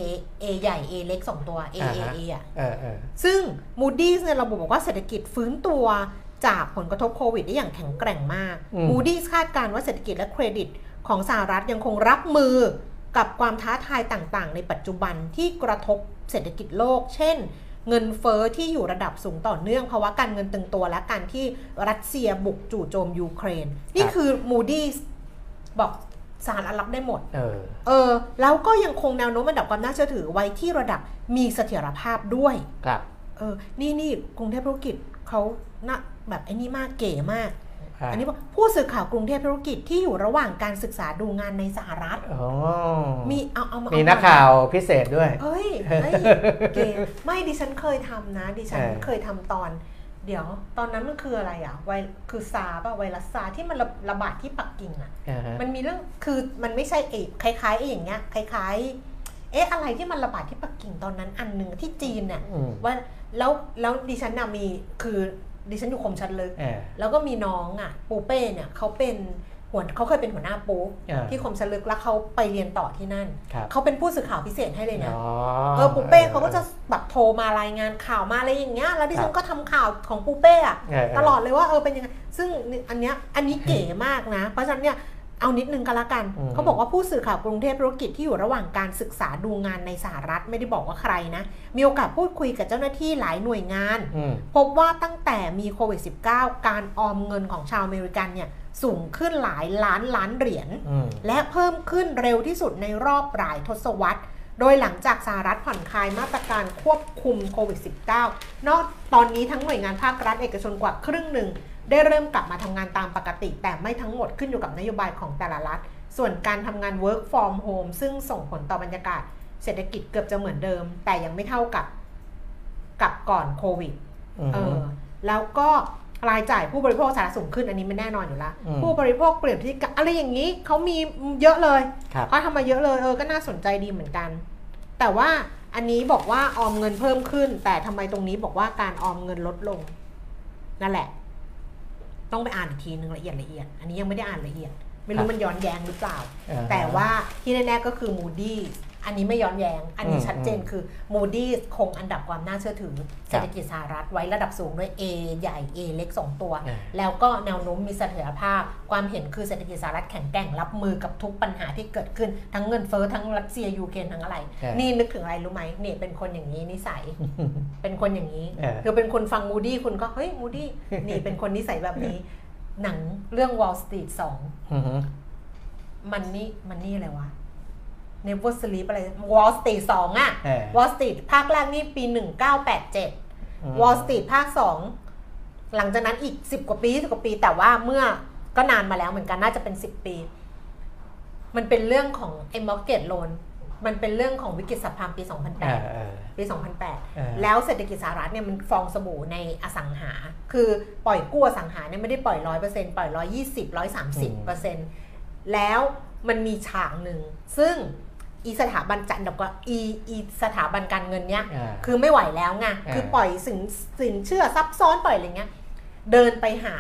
A ใหญ่ A เล็ก2ตัว AAA อ่ะซึ่ง Moody's เนี่ยระบุบอกว่าเศรษฐกิจฟื้นตัวจากผลกระทบโควิดได้อย่างแข็งแกร่งมาก Moody's คาดการณ์ว่าเศรษฐกิจและเครดิตของสหรัฐยังคงรับมือกับความท้าทายต่างๆในปัจจุบันที่กระทบเศรษฐกิจโลกเช่นเงินเฟ้อที่อยู่ระดับสูงต่อเนื่องภาวะการเงินตึงตัวและการที่รัสเซียบุกจู่โจมยูเครนนี่คือ Moody's บอกสหรัฐรับได้หมดแล้วก็ยังคงแนวโน้มอันดับความน่าเชื่อถือไว้ที่ระดับมีเสถียรภาพด้วยครับนี่กรุงเทพธุรกิจเขาน่าแบบไอ้นี่มากเก๋มากอันนี้บอกผู้สื่อข่าวกรุงเทพธุรกิจที่อยู่ระหว่างการศึกษาดูงานในสหรัฐมีนักข่าวพิเศษด้วยเฮ้ยเก๋ไม่ดิฉันเคยทำนะดิฉันเคยทำตอนเดี๋ยวตอนนั้นมันคืออะไรอ่ะคือซาป่ะไวรัสซาที่มันระบาดที่ปักกิ่งอ่ะมันมีเรื่องคือมันไม่ใช่คล้ายๆอย่างเงี้ยคล้ายๆอะไรที่มันระบาดที่ปักกิ่งตอนนั้นอันนึงที่จีนเนี่ยว่าแล้วดิฉันน่ะมีคือดิฉันอยู่คมชัดลึกแล้วก็มีน้องอ่ะปูเป้เนี่ยเขาเคยเป็นหัวหน้าปูที่คมชัดลึกแล้วเขาไปเรียนต่อที่นั่นเขาเป็นผู้สื่อข่าวพิเศษให้เลยนะปูเป้เขาก็จะแบบโทรมารายงานข่าวมาอะไรอย่างเงี้ยแล้วดิฉันก็ทำข่าวของปูเป้อะตลอดเลยว่าเป็นยังไงซึ่งอันนี้เก๋มากนะเพราะฉะนั้นเนี่ยเอานิดนึงก็แล้วกันเขาบอกว่าผู้สื่อข่าวกรุงเทพธุรกิจที่อยู่ระหว่างการศึกษาดูงานในสหรัฐไม่ได้บอกว่าใครนะมีโอกาสพูดคุยกับเจ้าหน้าที่หลายหน่วยงานพบว่าตั้งแต่มีโควิด -19 การออมเงินของชาวอเมริกันเนี่ยสูงขึ้นหลายล้านเหรียญและเพิ่มขึ้นเร็วที่สุดในรอบหลายทศวรรษโดยหลังจากสหรัฐผ่อนคลายมาตรการควบคุมโควิด -19 นอกตอนนี้ทั้งหน่วยงานภาครัฐเอกชนกว่าครึ่งหนึ่งได้เริ่มกลับมาทำงานตามปกติแต่ไม่ทั้งหมดขึ้นอยู่กับนโยบายของแต่ละรัฐส่วนการทำงาน work from home ซึ่งส่งผลต่อบรรยากาศเศรษฐกิจเกือบจะเหมือนเดิมแต่ยังไม่เท่ากับก่อนโควิดแล้วก็รายจ่ายผู้บริโภคสาธารณสุขขึ้นอันนี้ไม่แน่นอนอยู่แล้วผู้บริโภคเปลี่ยนพฤติกรรมอะไรอย่างนี้เขามีเยอะเลยเขาทำมาเยอะเลยก็น่าสนใจดีเหมือนกันแต่ว่าอันนี้บอกว่าออมเงินเพิ่มขึ้นแต่ทำไมตรงนี้บอกว่าการออมเงินลดลงนั่นแหละต้องไปอ่านอีกทีนึงละเอียดอันนี้ยังไม่ได้อ่านละเอียดไม่รู้มันย้อนแย้งหรือเปล่าแต่ว่าที่แน่ๆก็คือ Moody's อันนี้ไม่ย้อนแย้งอันนี้ชัดเจนคือ Moody's คงอันดับความน่าเชื่อถือเศรษฐกิจสหรัฐไว้ระดับสูงด้วย A ใหญ่ A เล็ก2ตัวแล้วก็แนวโน้มมีเสถียรภาพความเห็นคือเศรษฐกิจสหรัฐแข็งแกร่งรับมือกับทุกปัญหาที่เกิดขึ้นทั้งเงินเฟ้อทั้งรัสเซียยูเครนทั้งอะไรนี่นึกถึงอะไรรู้ไหมเนี่ยเป็นคนอย่างนี้นิสัยเป็นคนอย่างนี้คือเป็นคนฟัง Moody's คุณก็เฮ้ย Moody's นี่เป็นคนนิสัยแบบนี้หนังเรื่อง Wall Street 2มันนี่อะไรวะ Never Sleep อะไร Wall Street 2 Wall Street ภาคแรกนี่ปี1987 Wall Street ภาค2หลังจากนั้นอีก10 กว่าปีแต่ว่าเมื่อก็นานมาแล้วเหมือนกันน่าจะเป็น10 ปีมันเป็นเรื่องของ mortgage loan มันเป็นเรื่องของวิกฤตซับไพรม์ปี 2008 แล้วเศรษฐกิจสหรัฐเนี่ยมันฟองสบู่ในอสังหาคือปล่อยกู้อสังหาเนี่ยไม่ได้ปล่อย 100% ปล่อย 120-130% แล้วมันมีฉากหนึ่งซึ่งสถาบันจัดดับก็สถาบันการเงินเนี่ยคือไม่ไหวแล้วไงคือปล่อยสินเชื่อซับซ้อนปล่อยอะไรเงี้ยเดินไปหา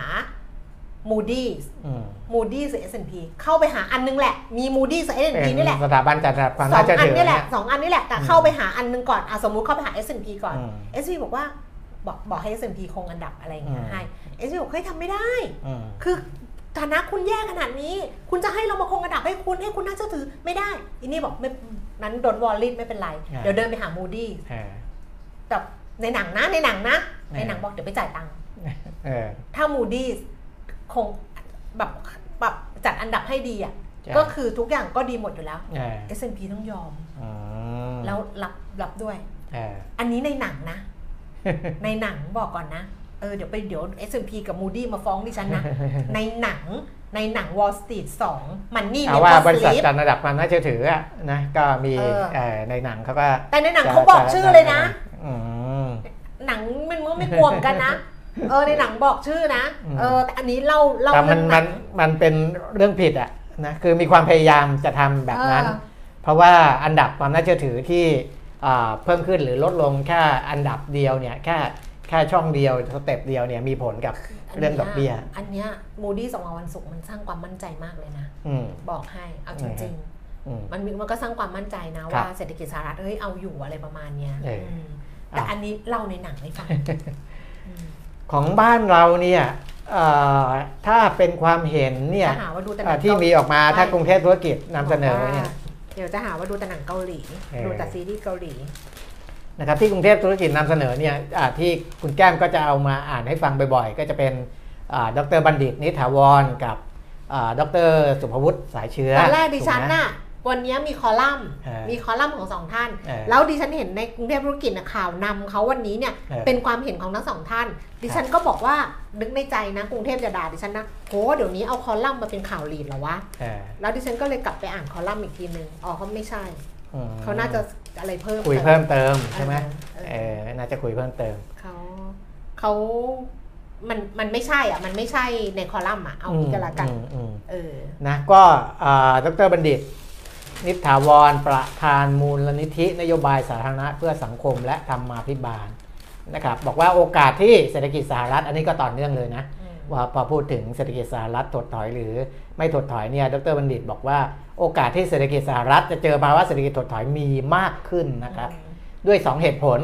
Moody's หรือ S&P เข้าไปหาอันนึงแหละมี Moody's กับ S&P นี่แหละสถาบันจัดอันดับความน่าเชื่อถือ 2 อันนี่แหละแต่เข้าไปหาอันนึงก่อนสมมุติเข้าไปหา S&P ก่อน S&P บอกว่าบอกให้ S&P คงอันดับอะไรอย่างเงี้ยให้ S&P บอกเฮ้ยทำไม่ได้คือฐานะคุณแย่ขนาดนี้คุณจะให้เรามาคงอันดับให้คุณน่าเชื่อถือไม่ได้อันนี้บอกไม่นั้นโดนวอลลิ่ไม่เป็นไรเดี๋ยวเดินไปหา Moody's แต่ในหนังบอกเดี๋ยวไปจ่ายตังค์ถ้า Moody's คงแบบจัดอันดับให้ดีก็คือทุกอย่างก็ดีหมดอยู่แล้ว S&P ต้องยอมแล้วรับด้วยอันนี้ในหนังนะ ในหนังบอกก่อนนะเดี๋ยว S&P กับ Moody's มาฟ้องดิฉันนะ ในหนัง Wall Street 2มันนี่ว่าบริษัทจัดอันดับความน่าเชื่อถือนะก็มีในหนังเขาก็แต่ในหนังเขาบอกชื่อเลยนะหนังมันไม่กลัวกันนะในหนังบอกชื่อนะแต่อันนี้เล่าแต่มันเป็นเรื่องผิดนะคือมีความพยายามจะทำแบบนั้นเพราะว่าอันดับความน่าเชื่อถือที่เพิ่มขึ้นหรือลดลงแค่อันดับเดียวเนี่ยแค่ช่องเดียวสเต็ปเดียวเนี่ยมีผลกับเรื่องดอกเบี้ยอันเนี้ย Moody's ส่งมาวันศุกร์มันสร้างความมั่นใจมากเลยนะบอกให้เอาจริงๆมันก็สร้างความมั่นใจนะว่าเศรษฐกิจสหรัฐเอาอยู่อะไรประมาณเนี้ยแต่อันนี้เล่าในหนังให้ฟังของบ้านเราเนี่ยถ้าเป็นความเห็นเนี่ยที่มีออกมาถ้ากรุงเทพธุรกิจนำเสนอเนี่ยเดี๋ยวจะหาว่าดูแต่หนังเกาหลีดูแต่ซีรีส์เกาหลีนะครับที่กรุงเทพธุรกิจนำเสนอเนี่ยที่คุณแก้มก็จะเอามาอ่านให้ฟังบ่อยๆก็จะเป็นดร.บัณฑิตนิถาวรกับดร.สุภวุฒิสายเชื้อตอนแรกดิฉันน่ะวันนี้มีคอลัมน์ของ2ท่านแล้วดิฉันเห็นในกรุงเทพธุรกิจข่าวนำเขาวันนี้เนี่ยเป็นความเห็นของทั้ง2ท่านดิฉันก็บอกว่านึกในใจนะกรุงเทพจะด่าดิฉันนะโหเดี๋ยวนี้เอาคอลัมน์มาเป็นข่าวลีดเหรอวะแล้วดิฉันก็เลยกลับไปอ่านคอลัมน์อีกทีนึงเขาไม่ใช่เขาน่าจะอะไรเพิ่มคุยเพิ่มเติมใช่ไหมน่าจะคุยเพิ่มเติมเขามันไม่ใช่มันไม่ใช่ในคอลัมน์เอาอีกกันละกันนะก็ดร.บัณฑิตนิถาวรประธานมูลนิธินโยบายสาธารณะเพื่อสังคมและธรรมาภิบาลนะครับบอกว่าโอกาสที่เศรษฐกิจสหรัฐอันนี้ก็ต่อเนื่องเลยนะว่าพอพูดถึงเศรษฐกิจสหรัฐถดถอยหรือไม่ถดถอยเนี่ยดร.บัณฑิตบอกว่าโอกาสที่เศรษฐกิจสหรัฐจะเจอภาวะเศรษฐกิจถดถอยมีมากขึ้นนะครับด้วย2เหตุผล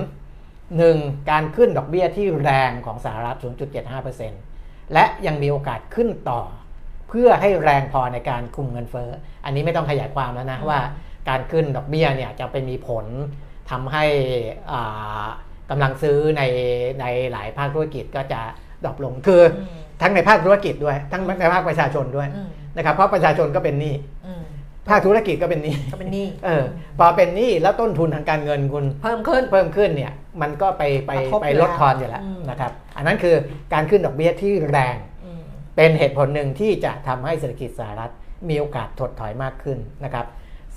1. การขึ้นดอกเบี้ยที่แรงของสหรัฐ 0.75% และยังมีโอกาสขึ้นต่อเพื่อให้แรงพอในการคุมเงินเฟ้ออันนี้ไม่ต้องขยายความแล้วนะว่าการขึ้นดอกเบี้ยเนี่ยจะไปมีผลทำให้กำลังซื้อในหลายภาคธุรกิจก็จะดรอปลงคือทั้งในภาคธุรกิจด้วยทั้งในภาคประชาชนด้วยนะครับเพราะประชาชนก็เป็นหนี้ภาคธุรกิจก็เป็นหนี้พอเป็นหนี้แล้วต้นทุนทางการเงินคุณเพิ่มขึ้นเนี่ยมันก็ไปลดทอนอยู่แล้วนะครับอันนั้นคือการขึ้นดอกเบี้ยที่แรงเป็นเหตุผลหนึ่งที่จะทำให้เศรษฐกิจสหรัฐมีโอกาสถดถอยมากขึ้นนะครับ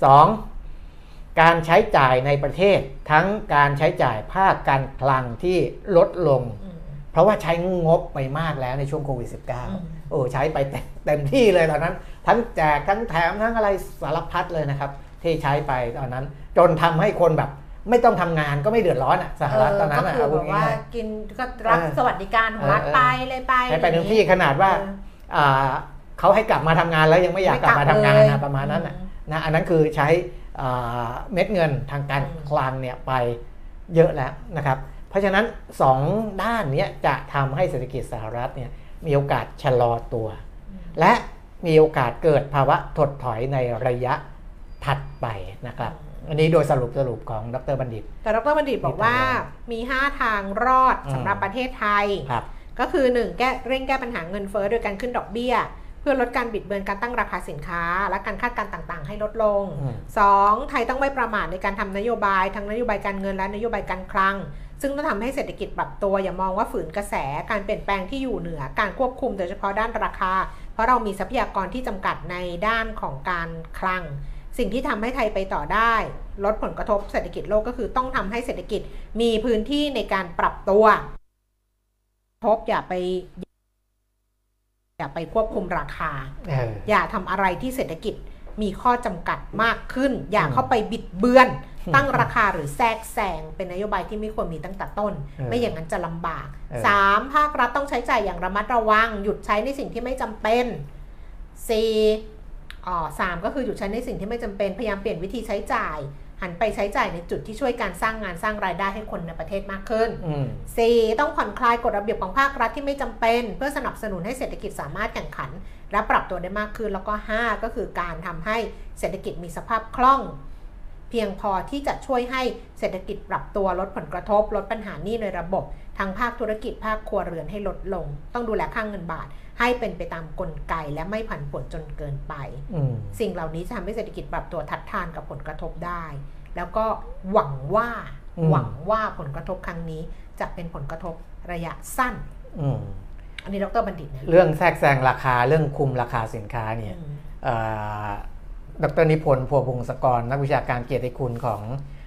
2การใช้จ่ายในประเทศทั้งการใช้จ่ายภาคการคลังที่ลดลงเพราะว่าใช้งบไปมากแล้วในช่วงโควิด -19 ใช้ไปเต็มที่เลยตอนนั้นทั้งแจกทั้งแถมทั้งอะไรสารพัดเลยนะครับที่ใช้ไปตอนนั้นจนทำให้คนแบบไม่ต้องทำงานก็ไม่เดือดร้อนสหรัฐตอนนั้นก็คือแบบว่ากินก็รับสวัสดิการของรัฐไปเลยไปให้ไปเต็มที่ขนาดว่าเขาให้กลับมาทำงานแล้วยังไม่อยากกลับมาทำงานนะประมาณนั้นนะอันนั้นคือใช้เม็ดเงินทางการคลังเนี่ยไปเยอะแล้วนะครับเพราะฉะนั้น2ด้านนี้จะทำให้เศรษฐกิจสหรัฐเนี่ยมีโอกาสชะลอตัวและมีโอกาสเกิดภาวะถดถอยในระยะถัดไปนะครับอันนี้โดยสรุปของดร.บัณฑิตแต่ดร.บัณฑิตบอกว่ามี5ทางรอดสำหรับประเทศไทยก็คือ 1. เร่งแก้ปัญหาเงินเฟ้อโดยการขึ้นดอกเบี้ยเพื่อลดการบิดเบือนการตั้งราคาสินค้าและการคาดการณ์ต่างๆให้ลดลง 2. ไทยต้องไม่ประมาทในการทำนโยบายทั้งนโยบายการเงินและนโยบายการคลังซึ่งต้องทำให้เศรษฐกิจปรับตัวอย่ามองว่าฝืนกระแสการเปลี่ยนแปลงที่อยู่เหนือการควบคุมโดยเฉพาะด้านราคาเพราะเรามีทรัพยากรที่จำกัดในด้านของการคลังสิ่งที่ทำให้ไทยไปต่อได้ลดผลกระทบเศรษฐกิจโลกก็คือต้องทำให้เศรษฐกิจมีพื้นที่ในการปรับตัวอย่าไปควบคุมราคาอย่าทำอะไรที่เศรษฐกิจมีข้อจำกัดมากขึ้นอย่าเข้าไปบิดเบือนตั้งราคาหรือแทรกแซงเป็นนโยบายที่ไม่ควรมีตั้งแต่ต้นไม่อย่างนั้นจะลำบาก 3. ภาครัฐต้องใช้จ่ายอย่างระมัดระวังหยุดใช้ในสิ่งที่ไม่จำเป็น 3. ก็คือหยุดใช้ในสิ่งที่ไม่จำเป็นพยายามเปลี่ยนวิธีใช้จ่ายหันไปใช้จ่ายในจุดที่ช่วยการสร้างงานสร้างรายได้ให้คนในประเทศมากขึ้น 4. ต้องผ่อนคลายกฎระเบียบของภาครัฐที่ไม่จำเป็นเพื่อสนับสนุนให้เศรษฐกิจสามารถแข่งขันและปรับตัวได้มากขึ้นแล้วก็ 5. ก็คือการทำให้เศรษฐกิจมีสภาพคล่องเพียงพอที่จะช่วยให้เศรษฐกิจปรับตัวลดผลกระทบลดปัญหาหนี้ในระบบทั้งภาคธุรกิจภาคครัวเรือนให้ลดลงต้องดูแลค่างเงินบาทให้เป็นไปตามกลไกและไม่ผันผวนจนเกินไปสิ่งเหล่านี้จะทำให้เศรษฐกิจปรับตัวทัดทานกับผลกระทบได้แล้วก็หวังว่าผลกระทบครั้งนี้จะเป็นผลกระทบระยะสั้นอันนี้ดร.บัณฑิตนะเรื่องแทรกแซงราคาเรื่องคุมราคาสินค้าเนี่ยดร.นิพนธ์ พัวพงศกรนักวิชาการเกียรติคุณของ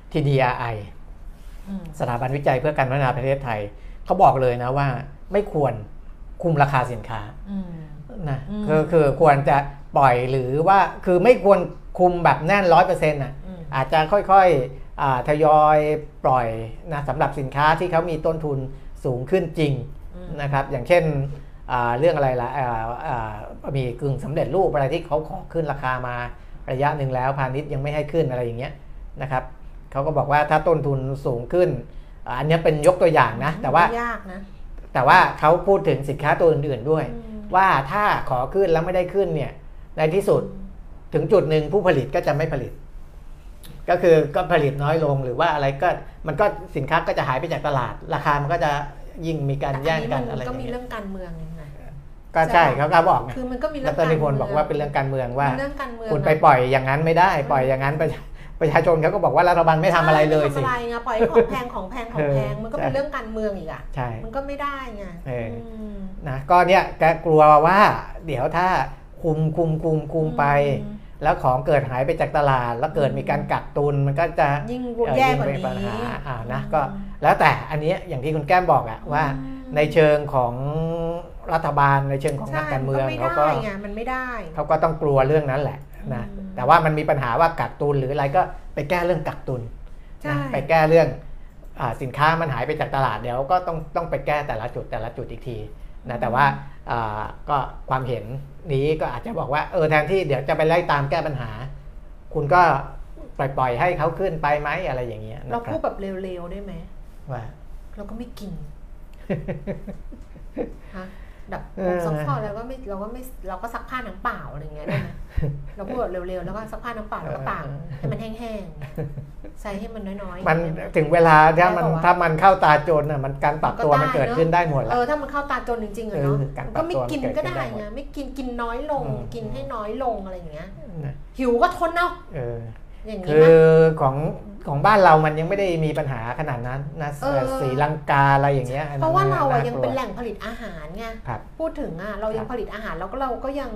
TDRI สถาบันวิจัยเพื่อการพัฒนาประเทศไทยเขาบอกเลยนะว่าไม่ควรคุมราคาสินค้านะคือควรจะปล่อยหรือว่าคือไม่ควรคุมแบบแน่น 100% น่ะอาจจะค่อยๆทยอยปล่อยนะสำหรับสินค้าที่เขามีต้นทุนสูงขึ้นจริงนะครับอย่างเช่นเรื่องอะไรล่ะมีกึ่งสำเร็จรูปอะไรที่เขาขอขึ้นราคามาระยะหนึ่งแล้วพาณิชย์ยังไม่ให้ขึ้นอะไรอย่างเงี้ยนะครับเขาก็บอกว่าถ้าต้นทุนสูงขึ้นอันนี้เป็นยกตัวอย่างนะแต่ว่ายากนะแต่ว่าเขาพูดถึงสินค้าตัวอื่นๆด้วยว่าถ้าขอขึ้นแล้วไม่ได้ขึ้นเนี่ยในที่สุดถึงจุดหนึ่งผู้ผลิตก็จะไม่ผลิตก็คือก็ผลิตน้อยลงหรือว่าอะไรก็มันก็สินค้าก็จะหายไปจากตลาดราคามันก็จะยิ่งมีการแย่งกันอะไรอย่างเงี้ยก็มีเรื่องการเมืองก็ใช่เขาก็บอกคือมันก็มีเรื่องการเมืองดร.นิพนธ์บอกว่าเป็นเรื่องการเมืองว่าคุณไปปล่อยอย่างนั้นไม่ได้ปล่อยอย่างนั้นประชาชนเขาก็บอกว่ารัฐบาลไม่ทำอะไรเลยสิทำอะไรไงปล่อยของแพงมันก็เป็นเรื่องการเมืองอีกอ่ะมันก็ไม่ได้ไงนะก็เนี่ยแกกลัวว่าเดี๋ยวถ้าคุมไปแล้วของเกิดหายไปจากตลาดแล้วเกิดมีการกักตุนมันก็จะยิ่งแย่กว่านี้ปัญหานะก็แล้วแต่อันนี้อย่างที่คุณแก้มบอกอะว่าในเชิงของรัฐบาลในเชิงของนักการเมืองเขาก็มันไม่ได้เขาก็ต้องกลัวเรื่องนั้นแหละนะแต่ว่ามันมีปัญหาว่ากักตุนหรืออะไรก็ไปแก้เรื่องกักตุนนะไปแก้เรื่องสินค้ามันหายไปจากตลาดเดี๋ยวก็ต้องไปแก้แต่ละจุดอีกทีนะแต่ว่าก็ความเห็นนี้ก็อาจจะบอกว่าแทนที่เดี๋ยวจะไปไล่ตามแก้ปัญหาคุณก็ปล่อยให้เขาขึ้นไปไหมอะไรอย่างเงี้ยเราพูดแบบเร็วๆได้ไหมว่าเราก็ไม่กินแบบซักฟอกแล้วก็ไม่เราก็ซักผ้าน้ำเปล่าอะไรเงี้ยได้ไหมเราพูดแบบเร็วๆแล้วก็ซักผ้าน้ำเปล่าแล้วก็ตากให้มันแห้งๆใส่ให้มันน้อยๆมันถึงเวลาถ้ามันเข้าตาโจรมันการปรับตัวมันเกิดขึ้นได้หมดแล้วถ้ามันเข้าตาโจรจริงๆเนาะก็ไม่กินก็ได้ไงไม่กินน้อยลงกินให้น้อยลงอะไรอย่างเงี้ยหิวก็ทนเอาคือของบ้านเรามันยังไม่ได้มีปัญหาขนาดนั้นนะศรีลังกาอะไรอย่างเงี้ยเพราะว่าเราอะยังเป็นแหล่งผลิตอาหารไงพูดถึงอะเรายังผลิตอาหารแล้วก็เราก็ยัง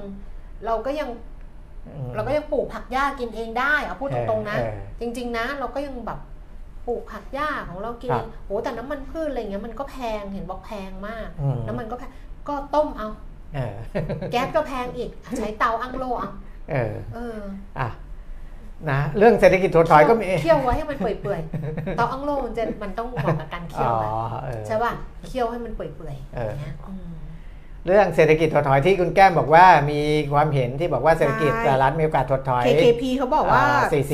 ปลูกผักหญ้ากินเองได้อะพูดตรงๆนะจริงๆนะเราก็ยังแบบปลูกผักหญ้าของเรากินโอ้แต่น้ำมันพืชอะไรเงี้ยมันก็แพงเห็นบอกแพงมากน้ำมันก็แพงก็ต้มเอาแก๊สก็แพงอีกใช้เตาอั้งโล่เอานะเรื่องเศรษฐกิจถดถอยก็มีเคี่ยวไว้ให้มันเปื่อยๆเตาอั้งโล่มันต้องเหมาะกับการเคี่ยวใช่ป่ะเคี่ยวให้มันเปื่อยเรื่องเศรษฐกิจถดถอยที่คุณแก้มบอกว่ามีความเห็นที่บอกว่าเศรษฐกิจสหรัฐมีโอกาสถดถอย KKP เขาบอกว่า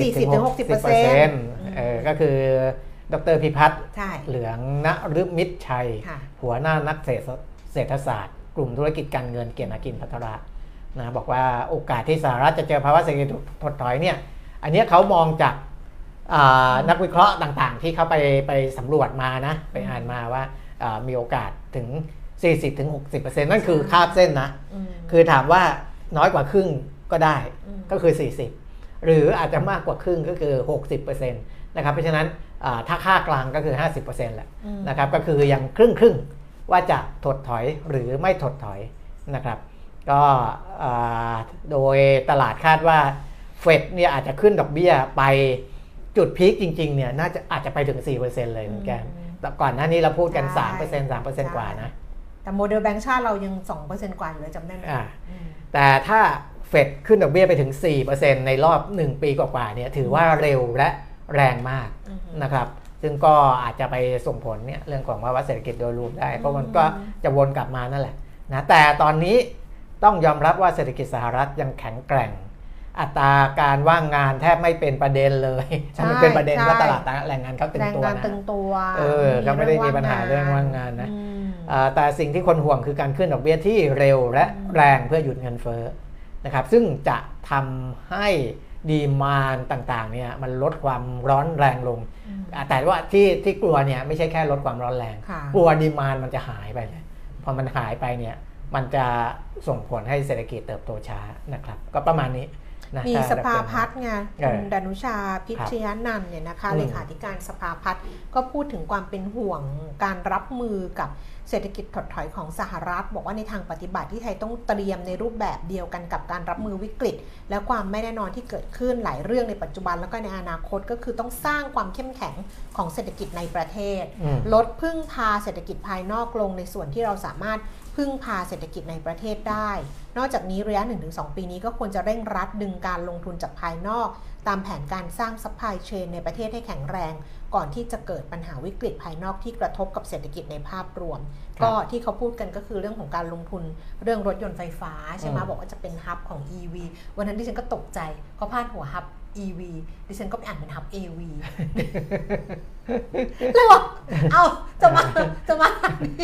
40-60% ก็คือดร.พิพัฒน์เหลืองนฤมิตรชัยหัวหน้านักเศรษฐศาสตร์กลุ่มธุรกิจการเงินเกียรติอากินภัทระนะบอกว่าโอกาสที่สหรัฐจะเจอภาวะเศรษฐกิจถดถอยเนี่ยอันนี้เขามองจากนักวิเคราะห์ต่างๆที่เขาไปสำรวจมานะไปอ่านมาว่ามีโอกาสถึง 40-60% นั่นคือคาดเส้นนะคือถามว่าน้อยกว่าครึ่งก็ได้ก็คือ40หรืออาจจะมากกว่าครึ่งก็คือ 60% นะครับเพราะฉะนั้นถ้าค่ากลางก็คือ 50% แหละนะครับก็คือยังครึ่งว่าจะถดถอยหรือไม่ถดถอยนะครับก็โดยตลาดคาดว่าเฟดเนี่ยอาจจะขึ้นดอกเบี้ยไปจุดพีคจริงๆเนี่ยน่าจะอาจจะไปถึง 4% เลยเหมือนกันแต่ก่อนหน้านี้เราพูดกัน 3% กว่านะแต่โมเดลแบงก์ชาติเรายัง 2% กว่าอยู่เลยจำได้ไหมแต่ถ้าเฟดขึ้นดอกเบี้ยไปถึง 4% ในรอบ1ปีกว่าๆเนี่ยถือว่าเร็วและแรงมากนะครับซึ่งก็อาจจะไปส่งผลเนี่ยเรื่องของภาวะเศรษฐกิจโดยรวมได้เพราะมันก็จะวนกลับมานั่นแหละนะแต่ตอนนี้ต้องยอมรับว่าเศรษฐกิจสหรัฐยังแข็งแกร่งอัตราการว่างงานแทบไม่เป็นประเด็นเลยถ้ามันเป็นประเด็นก็ตลาดแรงงานเขาตึงตัวนะก็ไม่ได้มีปัญหาเรื่องว่างงานนะแต่สิ่งที่คนห่วงคือการขึ้นดอกเบี้ยที่เร็วและแรงเพื่อหยุดเงินเฟ้อนะครับซึ่งจะทำให้ดีมานด์ต่างๆเนี่ยมันลดความร้อนแรงลงแต่ว่าที่กลัวเนี่ยไม่ใช่แค่ลดความร้อนแรงกลัวดีมานด์มันจะหายไปเลยพอมันหายไปเนี่ยมันจะส่งผลให้เศรษฐกิจเติบโตช้านะครับก็ประมาณนี้มีสภาพัฒน์ไงคุณดนุชาพิชยนันท์เนี่ยนะคะเลขาธิการสภาพัฒน์ก็พูดถึงความเป็นห่วงการรับมือกับเศรษฐกิจถดถอยของสหรัฐบอกว่าในทางปฏิบัติที่ไทยต้องเตรียมในรูปแบบเดียวกันกับการรับมือวิกฤตและความไม่แน่นอนที่เกิดขึ้นหลายเรื่องในปัจจุบันแล้วก็ในอนาคตก็คือต้องสร้างความเข้มแข็งของเศรษฐกิจในประเทศลดพึ่งพาเศรษฐกิจภายนอกลงในส่วนที่เราสามารถพึ่งพาเศรษฐกิจในประเทศได้นอกจากนี้ระยะ 1-2 ปีนี้ก็ควรจะเร่งรัดดึงการลงทุนจากภายนอกตามแผนการสร้างซัพพลายเชนในประเทศให้แข็งแรงก่อนที่จะเกิดปัญหาวิกฤตภายนอกที่กระทบกับเศรษฐกิจในภาพรวมก็ที่เขาพูดกันก็คือเรื่องของการลงทุนเรื่องรถยนต์ไฟฟ้าใช่ไหมบอกว่าจะเป็นฮับของ EV วันนั้นดิฉันก็ตกใจเขาพาดหัวฮับ EV ดิฉันก็ไปอ่านเป็นฮับ AV เลยบอกเอาจะมานี้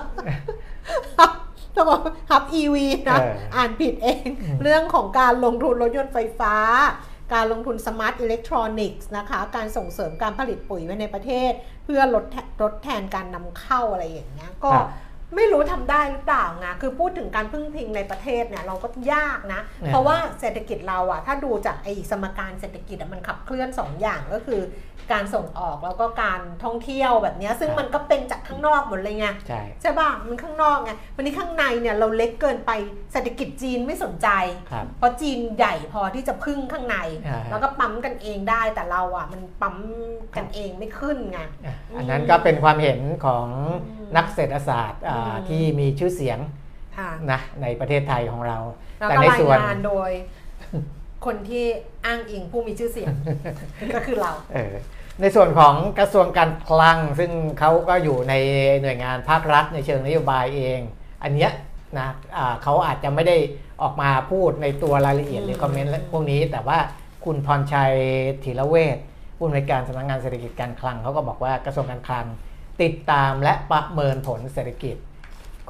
จะบอกฮับ EV นะอ่านผิดเองเรื่องของการลงทุนรถยนต์ไฟฟ้าการลงทุนสมาร์ทอิเล็กทรอนิกส์นะคะการส่งเสริมการผลิตปุ๋ยไว้ในประเทศเพื่อลดแทนการนำเข้าอะไรอย่างเงี้ยก็ไม่รู้ทำได้หรือเปล่าไงคือพูดถึงการพึ่งพิงในประเทศเนี่ยเราก็ยากนะเพราะว่าเศรษฐกิจเราอะถ้าดูจากไอ้สมการเศรษฐกิจมันขับเคลื่อน2อย่างก็คือการส่งออกแล้วก็การท่องเที่ยวแบบนี้ซึ่งมันก็เป็นจากข้างนอกหมดเลยไงใช่ป่ะมันข้างนอกไงวันนี้ข้างในเนี่ยเราเล็กเกินไปเศรษฐกิจจีนไม่สนใจเพราะจีนใหญ่พอที่จะพึ่งข้างในแล้วก็ปั๊มกันเองได้แต่เราอะมันปั๊มกันเองไม่ขึ้นไงอันนั้นก็เป็นความเห็นของนักเศรษฐศาสตร์ที่มีชื่อเสียงนะในประเทศไทยของเราแต่ในส่วนงานโดยคนที่อ้างอิงผู้มีชื่อเสียงก็คือเราในส่วนของกระทรวงการคลังซึ่งเขาก็อยู่ในหน่วยงานภาครัฐในเชิงนโยบายเองอันเนี้ยนะเขาอาจจะไม่ได้ออกมาพูดในตัวรายละเอียดหรือคอมเมนต์พวกนี้แต่ว่าคุณพรชัยธีรเวชผู้อำนวยการสำนักงานเศรษฐกิจการคลังเขาก็บอกว่ากระทรวงการคลังติดตามและประเมินผลเศรษฐกิจ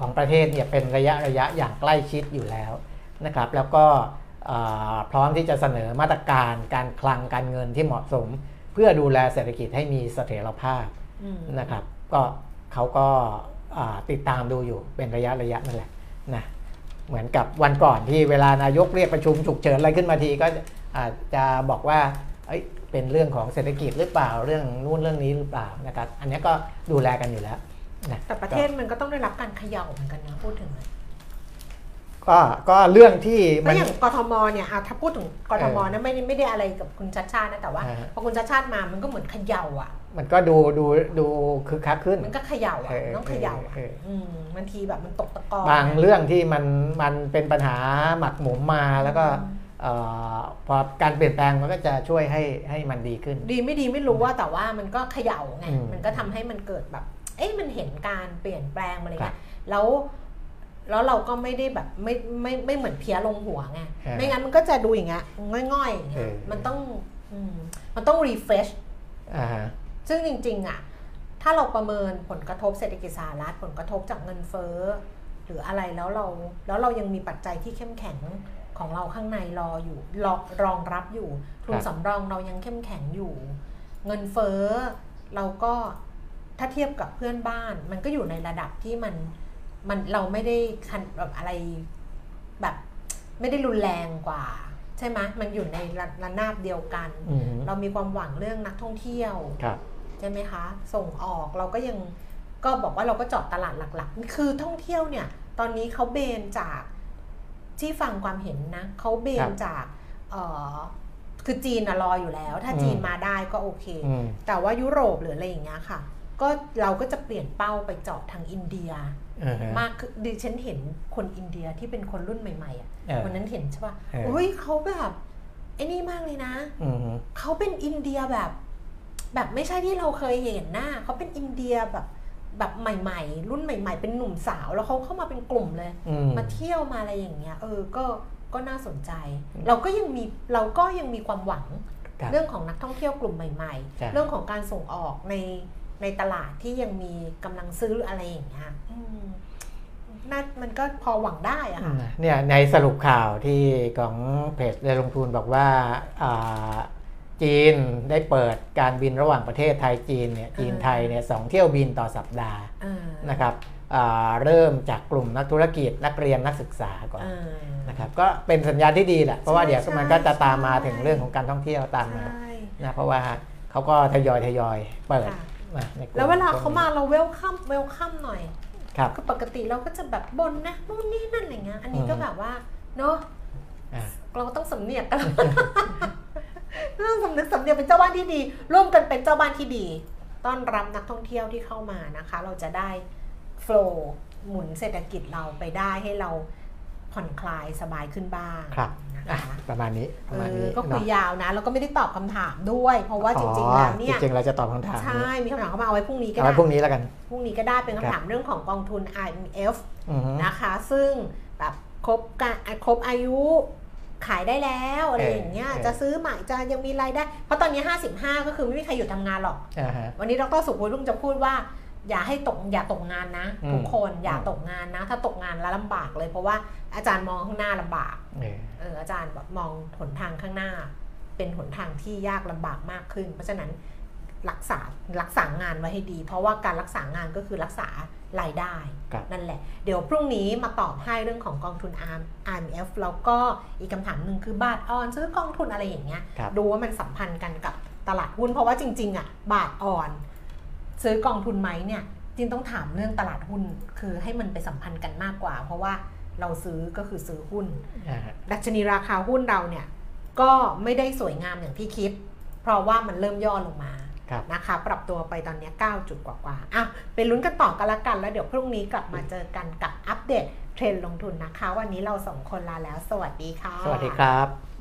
ของประเทศเนี่ยเป็นระยะอย่างใกล้ชิดอยู่แล้วนะครับแล้วก็พร้อมที่จะเสนอมาตรการการคลังการเงินที่เหมาะสมเพื่อดูแลเศรษฐกิจให้มีเสถียรภาพนะครับก็เขาก็ติดตามดูอยู่เป็นระยะนั่นแหละนะเหมือนกับวันก่อนที่เวลานายกเรียกประชุมฉุกเฉินอะไรขึ้นมาทีก็อาจจะบอกว่าเป็นเรื่องของเศรษฐกิจหรือเปล่าเรื่องนู่นเรื่องนี้หรือเปล่านะครับอันนี้ก็ดูแลกันอยู่แล้วนะแต่ประเทศมันก็ต้องได้รับการเขย่าเหมือนกันนะพูดถึงก็เรื่องที่มันอย่างกทมเนี่ยถ้าพูดถึงกทมนะไม่ได้อะไรกับคุณชัชชาตินะแต่ว่าพอคุณชัชชาติมามันก็เหมือนเขย่ามันก็ดูคึกคักขึ้นมันก็เขย่าต้องเขย่าบางทีแบบมันตกตะกอนบางเรื่องที่มันเป็นปัญหาหมักหมมมาแล้วก็พอการเปลี่ยนแปลงมันก็จะช่วยให้มันดีขึ้นดีไม่ดีไม่รู้ว่าแต่ว่ามันก็เขย่าไงมันก็ทำให้มันเกิดแบบมันเห็นการเปลี่ยนแปลงอะไรเงี้ยแล้วเราก็ไม่ได้แบบไม่เหมือนเพี้ยลงหัวไงไม่งั้นมันก็จะดูอย่างเงี้ยง่อยๆมันต้องรีเฟรชซึ่งจริงๆถ้าเราประเมินผลกระทบเศรษฐกิจสหรัฐผลกระทบจากเงินเฟ้อหรืออะไรแล้วเรายังมีปัจจัยที่เข้มแข็งของเราข้างในรองรับอยู่ทุนสำรองเรายังเข้มแข็งอยู่เงินเฟ้อเราก็ถ้าเทียบกับเพื่อนบ้านมันก็อยู่ในระดับที่มันเราไม่ได้แบบอะไรแบบไม่ได้รุนแรงกว่าใช่ไหมมันอยู่ในระนาบเดียวกันเรามีความหวังเรื่องนักท่องเที่ยวใช่ไหมคะส่งออกเราก็ยังก็บอกว่าเราก็เจาะตลาดหลักๆคือท่องเที่ยวเนี่ยตอนนี้เขาเบนจากที่ฟังความเห็นนะเขาเบนจากคือจีนรออยู่แล้วถ้าจีนมาได้ก็โอเคแต่ว่ายุโรปหรืออะไรอย่างเงี้ยค่ะก็เราก็จะเปลี่ยนเป้าไปเจาะทางอินเดียมากคือดิฉันเห็นคนอินเดียที่เป็นคนรุ่นใหม่ๆวันนั้นเห็นใช่ป่ะเขาแบบไอ้นี่มากเลยนะเขาเป็นอินเดียแบบไม่ใช่ที่เราเคยเห็นนะเขาเป็นอินเดียแบบใหม่ๆรุ่นใหม่ๆเป็นหนุ่มสาวแล้วเขาเข้ามาเป็นกลุ่มเลยมาเที่ยวมาอะไรอย่างเงี้ยก็น่าสนใจเราก็ยังมีความหวังเรื่องของนักท่องเที่ยวกลุ่มใหม่ๆเรื่องของการส่งออกในตลาดที่ยังมีกำลังซื้ออะไรอย่างเงี้ยมันก็พอหวังได้อะค่ะเนี่ยในสรุปข่าวที่ของเพจเรือลงทุนบอกว่าจีนได้เปิดการบินระหว่างประเทศไทยจีนเนี่ยจีนไทยเนี่ย2เที่ยวบินต่อสัปดาห์นะครับเริ่มจากกลุ่มนักธุรกิจนักเรียนนักศึกษาก่อนนะครับก็เป็นสัญญาณที่ดีแหละเพราะว่าเดี๋ยวมันก็จะตามมาถึงเรื่องของการท่องเที่ยวตามมานะเพราะว่าเขาก็ทยอยเปิดแล้วเวลาเขามาเราเวลคัมหน่อยคือปกติเราก็จะแบบบนนะนู่นนี่นั่นอะไรเงี้ยอันนี้ก็แบบว่าเนาะเราต้องสำเนียกกันต้องสำนึกสำเนียกเป็นเจ้าบ้านที่ดีร่วมกันเป็นเจ้าบ้านที่ดีต้อนรับนักท่องเที่ยวที่เข้ามานะคะเราจะได้โฟลว์หมุนเศรษฐกิจเราไปได้ให้เราผ่อนคลายสบายขึ้นบ้างนะคะประมาณนี้ก็คุยยาวนะแล้วก็ไม่ได้ตอบคำถามด้วยเพราะว่าจริงๆแล้วเนี่ยจริงๆเราจะตอบคำถามใช่มีคำถามเข้ามาเอาไว้พรุ่งนี้ก็ได้เอาไว้พรุ่งนี้แล้วกันพรุ่งนี้ก็ได้เป็นคำถามเรื่องของกองทุน IMF นะคะซึ่งแบบครบอายุขายได้แล้วอะไรอย่างเงี้ยจะซื้อใหม่จะยังมีรายได้เพราะตอนนี้55ก็คือไม่มีใครหยุดทำงานหรอกวันนี้ดร.สุภวุฒิจะพูดว่าอย่าตกงานนะทุกคนอย่าตกงานนะถ้าตกงานแล้วลำบากเลยเพราะว่าอาจารย์มองข้างหน้าลำบากอาจารย์แบบมองหนทางข้างหน้าเป็นหนทางที่ยากลำบากมากขึ้นเพราะฉะนั้นรักษางานไว้ให้ดีเพราะว่าการรักษางานก็คือรักษารายได้นั่นแหละเดี๋ยวพรุ่งนี้มาตอบให้เรื่องของกองทุน IMF แล้วก็อีกคำถามหนึ่งคือบาทอ่อนซื้อกองทุนอะไรอย่างเงี้ยดูว่ามันสัมพันธ์กันกับตลาดหุ้นเพราะว่าจริงๆบาทอ่อนซื้อกองทุนไหมเนี่ยจริงต้องถามเรื่องตลาดหุ้นคือให้มันไปสัมพันธ์กันมากกว่าเพราะว่าเราซื้อก็คือซื้อหุ้นดัชนีราคาหุ้นเราเนี่ยก็ไม่ได้สวยงามอย่างที่คิดเพราะว่ามันเริ่มย่อลงมานะคะปรับตัวไปตอนนี้9จุดกว่าไปลุ้นกันต่อกันละกันแล้วเดี๋ยวพรุ่งนี้กลับมาเจอกันกับอัปเดตเทรนด์ลงทุนนะคะวันนี้เรา2คนลาแล้วสวัสดีค่ะสวัสดีครับ